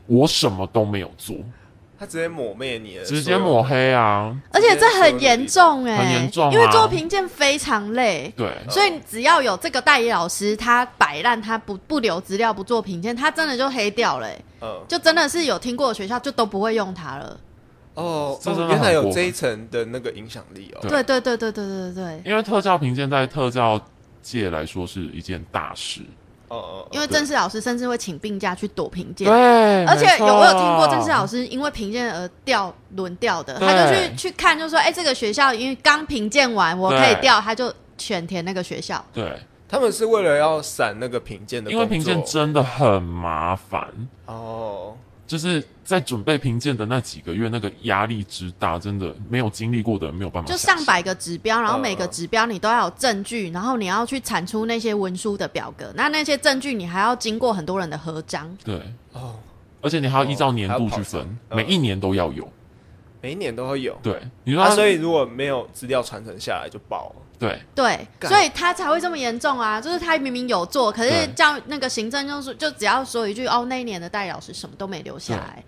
我什么都没有做。 他直接抹灭你了， 直接抹黑啊！ 而且这很严重很严重， 因为做评鉴非常累。 对， 所以只要有这个代理老师，他摆烂，他不留资料，不做评鉴，他真的就黑掉了。就真的是有听过的学校就都不会用它了。 原来有这一层的那个影响力哦。 对。 因为特教评鉴在特教界来说是一件大事。 因为正式老师甚至会请病假去躲评鉴， 对， 而且我有听过正式老师因为评鉴而轮调的，他就去看，就说这个学校因为刚评鉴完，我可以调，他就选填那个学校。 对， 他们是为了要闪那个评鉴的工作， 因为评鉴真的很麻烦就是在准备评鉴的那几个月，那个压力之大，真的没有经历过的人没有办法。 就上百个指标，然后每个指标你都要有证据，然后你要去产出那些文书的表格，那些证据你还要经过很多人的核章。 对，而且你还要依照年度去分，每一年都要有， 每一年都会有。 对，你说所以如果没有资料传承下来，就爆了。 对，所以他才会这么严重啊！就是他明明有做，可是叫那个行政就只要说一句那一年的代理老师什么都没留下来。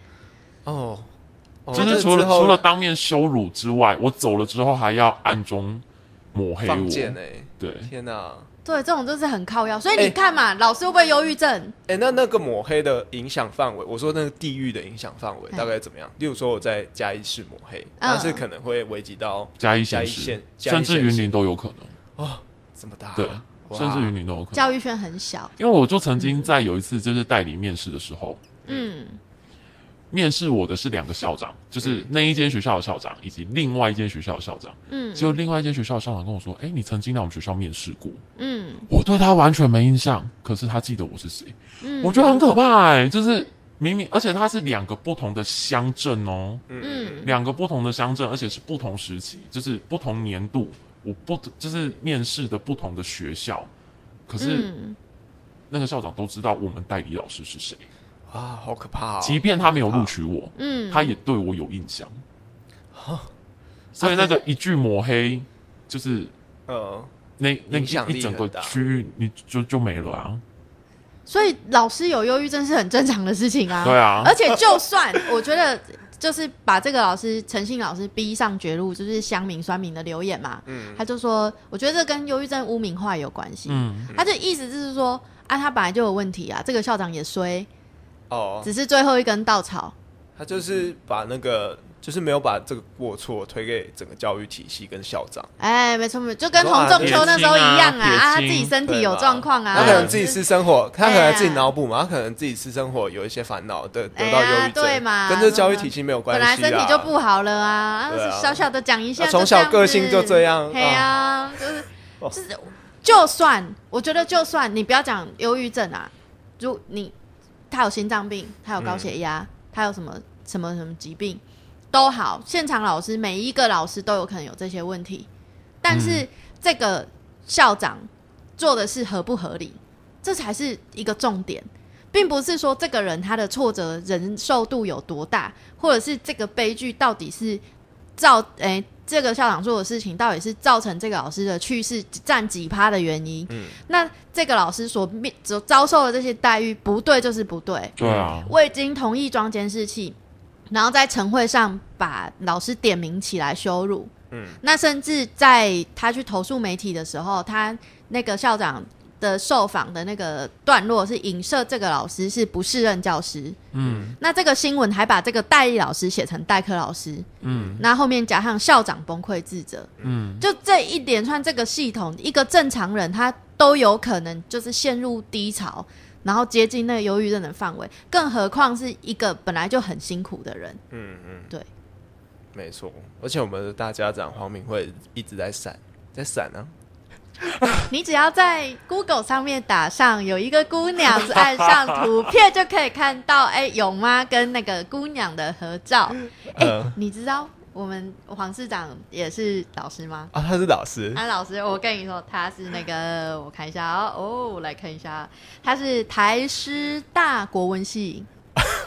就是除了当面羞辱之外，我走了之后还要暗中抹黑我。对， 天哪！ 对，这种就是很靠腰。所以你看嘛，老师会不会忧郁症？ 那个抹黑的影响范围，我说那个地域的影响范围大概怎么样？例如说我在嘉义市抹黑，但是可能会危及到嘉义县市，甚至云林都有可能。 这么大？ 对，甚至云林都有可能。 教育圈很小。 因为我就曾经在有一次就是代理面试的时候，面试我的是2个校长，就是那一间学校的校长以及另外一间学校的校长。结果另外一间学校的校长跟我说：“你曾经来我们学校面试过。”我对他完全没印象，可是他记得我是谁。我觉得很可怕就是明明，而且他是2个不同的乡镇2个不同的乡镇，而且是不同时期，就是不同年度，就是面试的不同的学校，可是那个校长都知道我们代理老师是谁。 好可怕即便他没有录取我，他也对我有印象。所以那个一句抹黑，就是那一整个区域你就没了啊。 所以老师有忧郁症是很正常的事情啊。 对啊， 而且就算我觉得就是把这个老师陈信老师逼上绝路，就是乡民酸民的留言嘛。他就说，我觉得这跟忧郁症污名化有关系。他的意思就是说他本来就有问题啊，这个校长也衰。只是最后一根稻草， 他就是把那个就是没有把这个过错推给整个教育体系跟校长。 没错，就跟洪仲秋那时候一样他自己身体有状况他可能自己私生活，他可能自己脑补嘛，他可能自己私生活有一些烦恼得到忧郁症， 对嘛， 跟这教育体系没有关系。 本来身体就不好了小小的讲一下， 从小个性就这样。 就是就算我觉得，就算你不要讲忧郁症如他有心脏病，他有高血压，他有什么疾病都好，现场老师每一个老师都有可能有这些问题，但是这个校长做的是合不合理，这才是一个重点，并不是说这个人他的挫折忍受度有多大，或者是这个悲剧到底是这个校长做的事情到底是造成这个老师的去世占几%的原因。那这个老师所遭受的这些待遇不对就是不对。 对啊， 未经同意装监视器，然后在晨会上把老师点名起来羞辱。那甚至在他去投诉媒体的时候，他那个校长的受访的那个段落是影射这个老师是不适任教师。那这个新闻还把这个代理老师写成代课老师。那后面加上校长崩溃自责。就这一连串这个系统，一个正常人他都有可能就是陷入低潮，然后接近那个忧郁症的范围，更何况是一个本来就很辛苦的人。对， 没错。而且我们的大家长黄敏惠一直在闪啊。 你只要在 Google 上面打上有一个姑娘，按上图片就可以看到勇妈跟那个姑娘的合照。你知道我们黄市长也是老师吗？ 他是老师。 老师，我跟你说，他是那个，我看一下我来看一下，他是台师大国文系。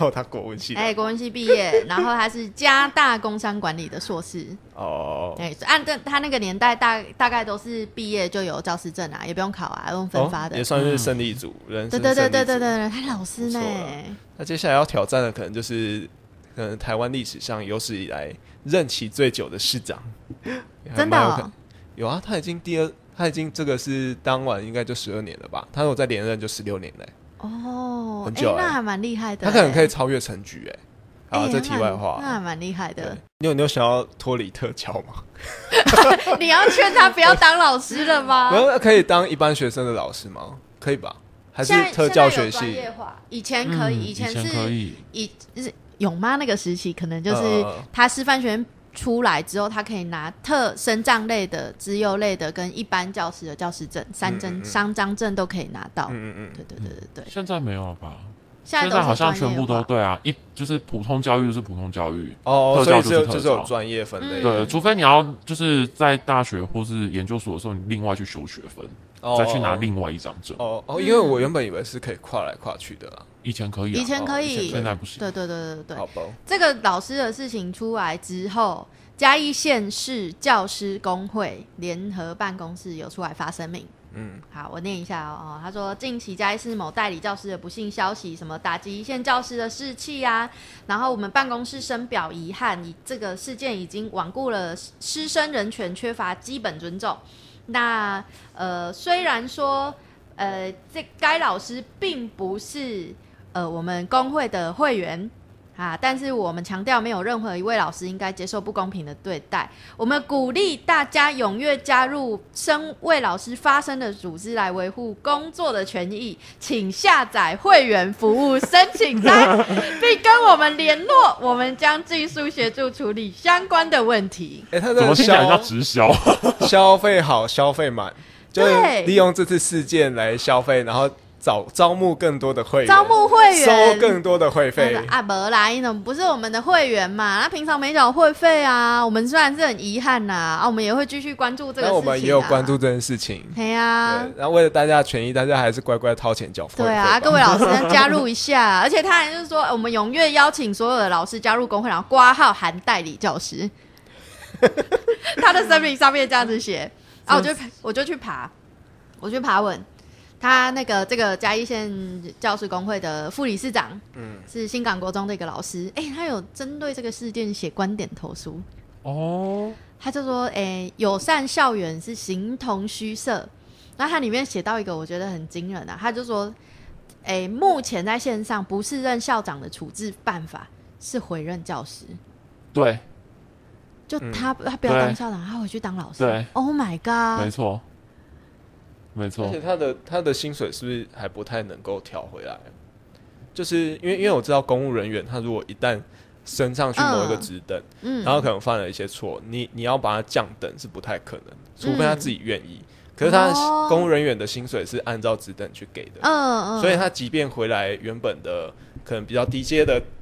后他国文系国文系毕业，然后他是加大工商管理的硕士。哦，按他那个年代大概都是毕业就有教师证啊，也不用考啊，用分发的， 也算是胜利组，人生对，他老师呢。 那接下来要挑战的可能就是台湾历史上有史以来任期最久的市长。 真的有啊，他已经这个是当晚应该就12年了吧？他如果再连任就16年嘞。 哦， 很久那还蛮厉害的。 他可能可以超越陈菊好，这题外话， 那还蛮厉害的。 你有想要脱离特教吗？ 你要劝他不要当老师了吗？ 可以当一般学生的老师吗？可以吧？还是特教学系？ 以前可以，以前是永妈那个时期，可能就是他师范学院出来之后，他可以拿特身障类的、资优类的跟一般教师的教师证3张证都可以拿到。对。 现在没有了吧？现在好像全部都对啊，就是普通教育就是普通教育，特教就是特教， 就是有专业分类。 对，除非你要就是在大学或是研究所的时候，你另外去修学分，再去拿另外一张证。 因为我原本以为是可以跨来跨去的啦。 以前可以， 以前可以， 现在不行。 对。 好吧。 这个老师的事情出来之后，嘉义县市教师工会联合办公室有出来发声明。好，我念一下哦。他说，近期嘉义市某代理教师的不幸消息，什么打击一线教师的士气啊，然后我们办公室深表遗憾，这个事件已经罔顾了师生人权，缺乏基本尊重。那虽然说该老师并不是我们工会的会员但是我们强调没有任何一位老师应该接受不公平的对待。我们鼓励大家踊跃加入身为老师发声的组织来维护工作的权益，请下载会员服务申请单并跟我们联络，我们将尽速协助处理相关的问题。 怎么听起来叫直销？ 消费好消费满，就是利用这次事件来消费，然后招募更多的会员，收更多的会费没啦，你怎么不是我们的会员嘛？他平常没缴会费啊。我们虽然是很遗憾我们也会继续关注这个事情。 我们也有关注这件事情。 对啊， 然后为了大家的权益，大家还是乖乖掏钱缴会费。 对啊，各位老师加入一下。而且他还就是说，我们踊跃邀请所有的老师加入工会，然后挂号含代理教师。他的声明上面这样子写我就去爬文。他这个嘉义县教师工会的副理事长，是新港国中的一个老师，他有针对这个事件写观点投书。他就说，友善校园是形同虚设。然后他里面写到一个我觉得很惊人他就说，目前在线上不是任校长的处置办法是回任教师。 对， 就他不要当校长，他回去当老师。 对 ，Oh my god， 没错， 而且他的薪水是不是还不太能够调回来？就是因为我知道公务人员，他如果一旦升上去某一个职等，然后可能犯了一些错，你要把他降等是不太可能，除非他自己愿意。可是他公务人员的薪水是按照职等去给的，所以他即便回来原本的可能比较低阶的，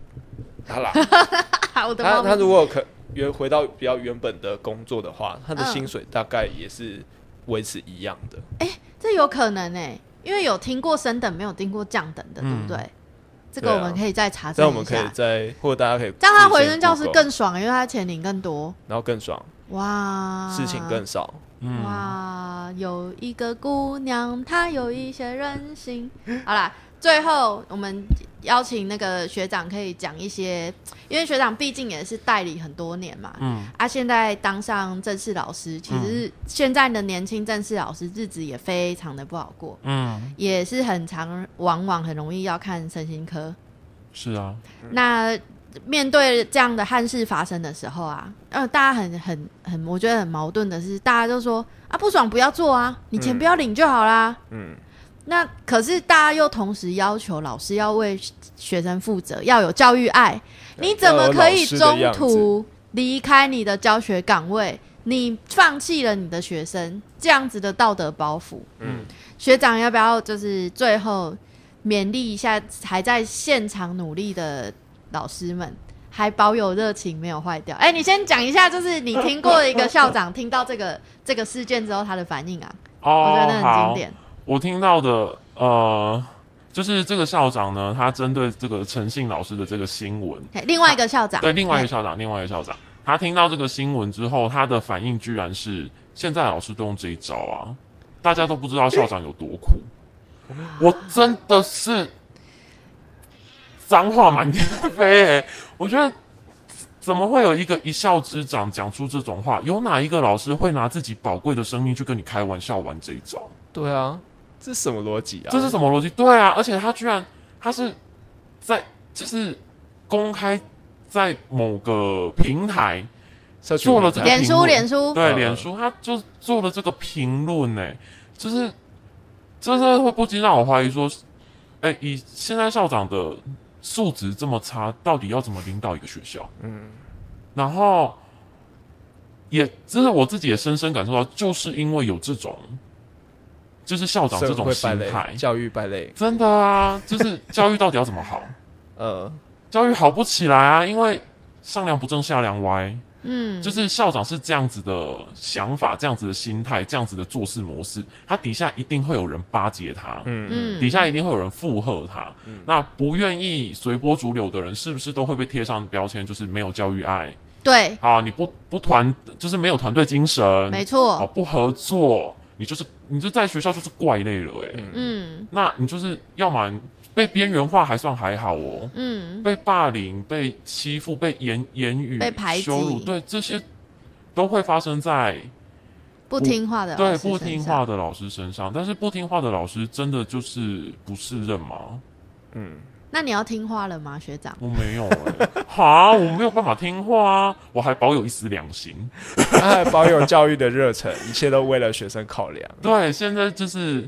他如果回到比较原本的工作的话，他的薪水大概也是维持一样的。 这有可能因为有听过升等，没有听过降等的，对不对？这个我们可以再查证一下。 我们可以或者大家可以这样，他回任教师更爽，因为他钱领更多， 然后更爽， 哇， 事情更少。 哇，有一个姑娘，她有一些任性。好啦，最后我们邀请那个学长可以讲一些，因为学长毕竟也是代理很多年嘛，现在当上正式老师，其实现在的年轻正式老师日子也非常的不好过，也是往往很容易要看身心科。 是啊， 那面对这样的憾事发生的时候大家很我觉得很矛盾的是，大家就说不爽不要做你钱不要领就好啦。那可是大家又同时要求老师要为学生负责，要有教育爱，你怎么可以中途离开你的教学岗位，你放弃了你的学生，这样子的道德包袱？学长要不要就是最后勉励一下还在现场努力的老师们，还保有热情没有坏掉？你先讲一下，就是你听过一个校长听到这个事件之后他的反应我觉得很经典。 我听到的， 就是这个校长呢，他针对这个陈姓老师的这个新闻， 另外一个校长， 对，另外一个校长，他听到这个新闻之后，他的反应居然是现在老师都用这一招啊，大家都不知道校长有多苦。我真的是脏话满天飞我觉得怎么会有一个一校之长讲出这种话？有哪一个老师会拿自己宝贵的生命去跟你开玩笑玩这一招？ 对啊，这是什么逻辑啊？ 这是什么逻辑？对啊，而且他居然他是在就是公开在某个平台做了这个脸书对脸书，他就做了这个评论就是会不禁让我怀疑说，以现在校长的素质这么差，到底要怎么领导一个学校？然后也真的我自己也深深感受到，就是因为有这种，就是校长这种心态， 教育败类， 真的啊，就是教育到底要怎么好？教育好不起来啊，因为上梁不正下梁歪。就是校长是这样子的想法，这样子的心态，这样子的做事模式，他底下一定会有人巴结他，底下一定会有人附和他。那不愿意随波逐流的人，是不是都会被贴上标签，就是没有教育爱？ 对， 啊，你不团，就是没有团队精神， 没错， 不合作，你就在学校就是怪类了那你就是要么被边缘化还算还好哦，被霸凌、被欺负、被言语被排挤、 羞辱，对，这些都会发生在不听话的老师不听话的老师身上。但是不听话的老师真的就是不适任吗？ 那你要听话了吗，学长？ 我没有我没有办法听话啊，我还保有一丝良心， 他还保有教育的热忱，一切都为了学生考量。 对，现在就是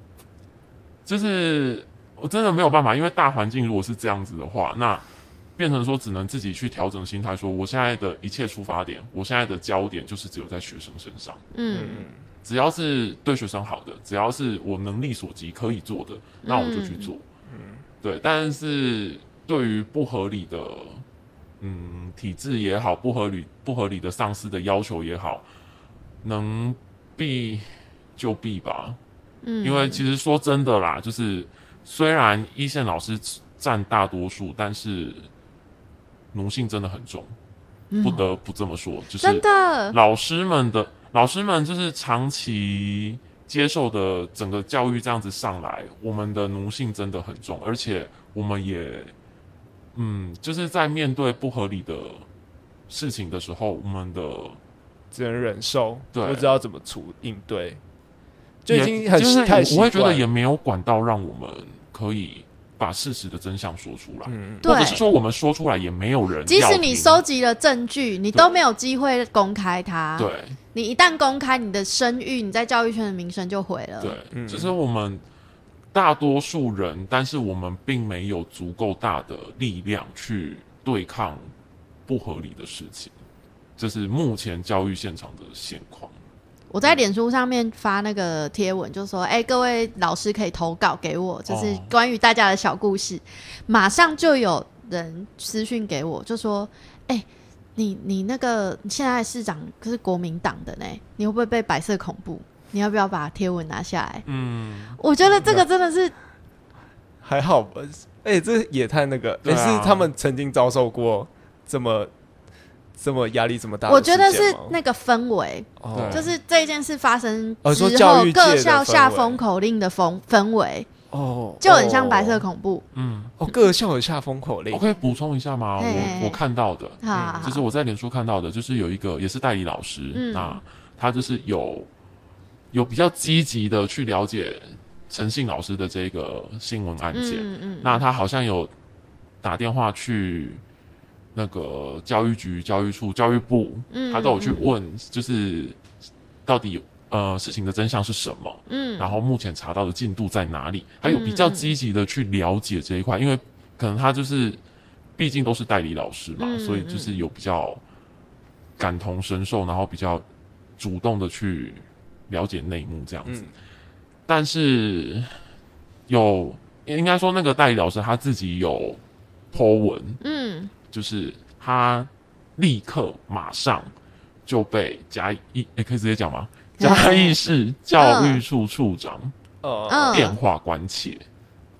我真的没有办法，因为大环境如果是这样子的话，那变成说只能自己去调整心态，说我现在的一切出发点，我现在的焦点就是只有在学生身上。只要是对学生好的，只要是我能力所及可以做的，那我就去做。对，但是对于不合理的体制也好，不合理的上司的要求也好，能避就避吧。因为其实说真的啦，就是虽然一线老师占大多数，但是奴性真的很重，不得不这么说。就是真的， 老师们就是长期接受的整个教育这样子上来，我们的奴性真的很重，而且我们也就是在面对不合理的事情的时候，我们的只能忍受， 对， 不知道怎么应对，就已经很太习惯。 我会觉得也没有管道让我们可以把事实的真相说出来，或者是说我们说出来也没有人， 即使你收集了证据，你都没有机会公开它。 对， 你一旦公开，你的声誉，你在教育圈的名声就毁了。 对，只是我们大多数人，但是我们并没有足够大的力量去对抗不合理的事情，这是目前教育现场的现况。 我在脸书上面发那个贴文，就说各位老师可以投稿给我，就是关于大家的小故事。马上就有人私讯给我，就说你那个现在市长可是国民党的呢，你会不会被白色恐怖？你要不要把贴文拿下来？我觉得这个真的是还好吧。这也太那个，是他们曾经遭受过这么压力这么大的事件吗？ 我觉得是那个氛围，就是这件事发生之后， 各校下封口令的氛围，就很像白色恐怖。 各校有下封口令。 我可以补充一下吗？我看到的，就是我在脸书看到的，就是有一个也是代理老师，那他就是有比较积极的去了解陈姓老师的这个新闻案件，那他好像有打电话去那个教育局、教育处、教育部，他都有去问，就是到底事情的真相是什么，然后目前查到的进度在哪里，他有比较积极的去了解这一块，因为可能他就是毕竟都是代理老师嘛，所以就是有比较感同身受，然后比较主动的去了解内幕这样子。但是应该说那个代理老师他自己有 po 文，就是他立刻马上就被可以直接讲吗？嘉义市教育处处长电话关切。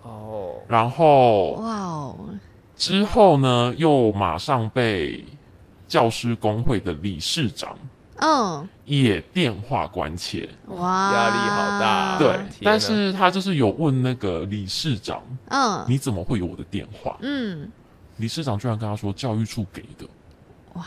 哦，然后哇哦， 之后呢，又马上被教师工会的理事长也电话关切， 哇，压力好大。 对，但是他就是有问那个理事长，你怎么会有我的电话？理事长居然跟他说教育处给的。哇，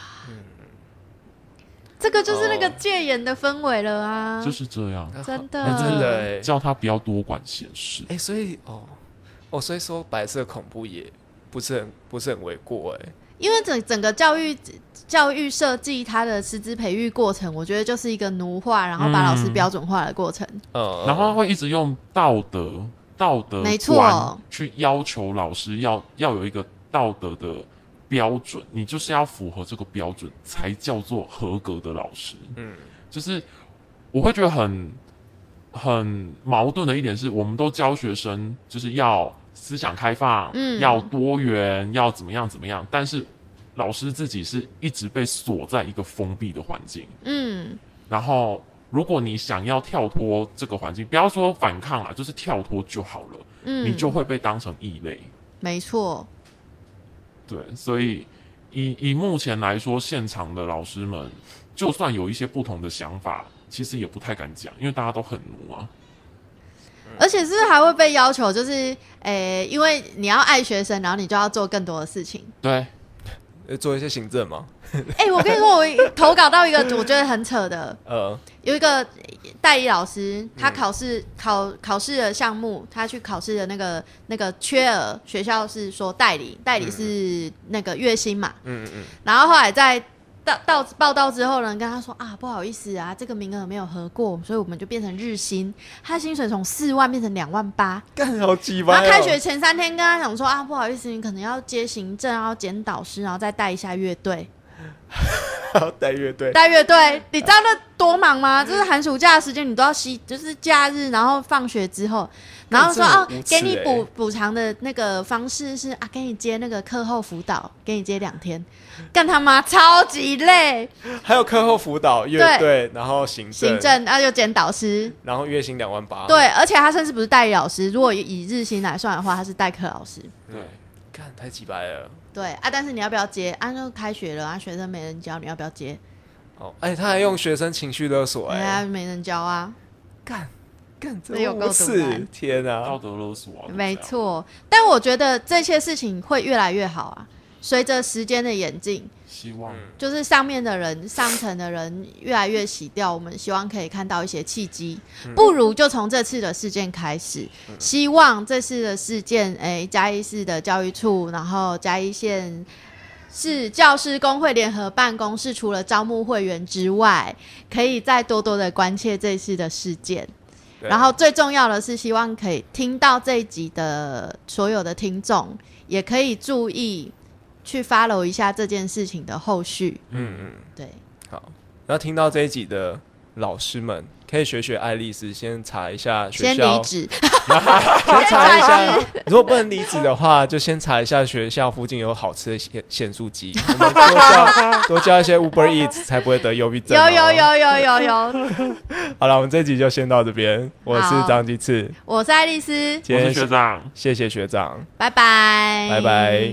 这个就是那个戒严的氛围了啊， 就是这样， 真的， 叫他不要多管闲事。 所以所以说白色恐怖也不是很为过因为整个教育设计它的师资培育过程，我觉得就是一个奴化，然后把老师标准化的过程。 然后会一直用道德没错去要求老师要有一个道德的标准，你就是要符合这个标准才叫做合格的老师。就是我会觉得很矛盾的一点是，我们都教学生就是要思想开放，要多元，要怎么样，但是老师自己是一直被锁在一个封闭的环境。然后如果你想要跳脱这个环境，不要说反抗啦，就是跳脱就好了，你就会被当成异类。 没错。 对，所以以目前来说，现场的老师们就算有一些不同的想法，其实也不太敢讲，因为大家都很奴啊。 而且是不是还会被要求，就是因为你要爱学生，然后你就要做更多的事情。 对， 做一些行政嘛。 我跟你说，我投稿到一个我觉得很扯的，有一个代理老师，他考试的项目，他去考试的那个缺额，学校是说代理是那个月薪嘛，然后后来在报到之后呢，跟他说啊，不好意思啊，这个名额没有合过，所以我们就变成日薪，他的薪水从4万变成2万8， 干好鸡巴。 然后开学前3天跟他讲说啊，不好意思，你可能要接行政，然后兼导师，然后再带一下乐队。 带乐队， 你知道那多忙吗？就是寒暑假的时间，你都要就是假日，然后放学之后，然后说给你补偿的那个方式是给你接那个课后辅导，给你接2天，干他妈超级累。 还有课后辅导、乐队，然后行政， 然后又兼导师， 然后月薪2万8。 对，而且他甚至不是代理老师，如果以日薪来算的话，他是代课老师。 对， 看太鸡掰了。 对但是你要不要接？就开学了学生没人教，你要不要接？ 他还用学生情绪勒索没人教啊， 干这有够事，天啊， 道德勒索没错。但我觉得这些事情会越来越好啊，随着时间的演进， 希望就是上层的人越来越洗掉，我们希望可以看到一些契机，不如就从这次的事件开始，希望这次的事件，嘉义市的教育处，然后嘉义县是教师工会联合办公室，除了招募会员之外，可以再多多的关切这次的事件。然后最重要的是，希望可以听到这一集的所有的听众，也可以注意去 follow 一下这件事情的后续。对。 好，然后听到这一集的老师们，可以学爱丽丝，先查一下学校， 先离职， 先查一下。如果不能离职的话，就先查一下学校附近有好吃的咸酥鸡，我们多叫一些 Uber Eats， 才不会得忧郁症。 有。 好了，我们这集就先到这边。我是张鸡翅， 我是爱丽丝， 我是学长， 谢谢学长， 拜拜。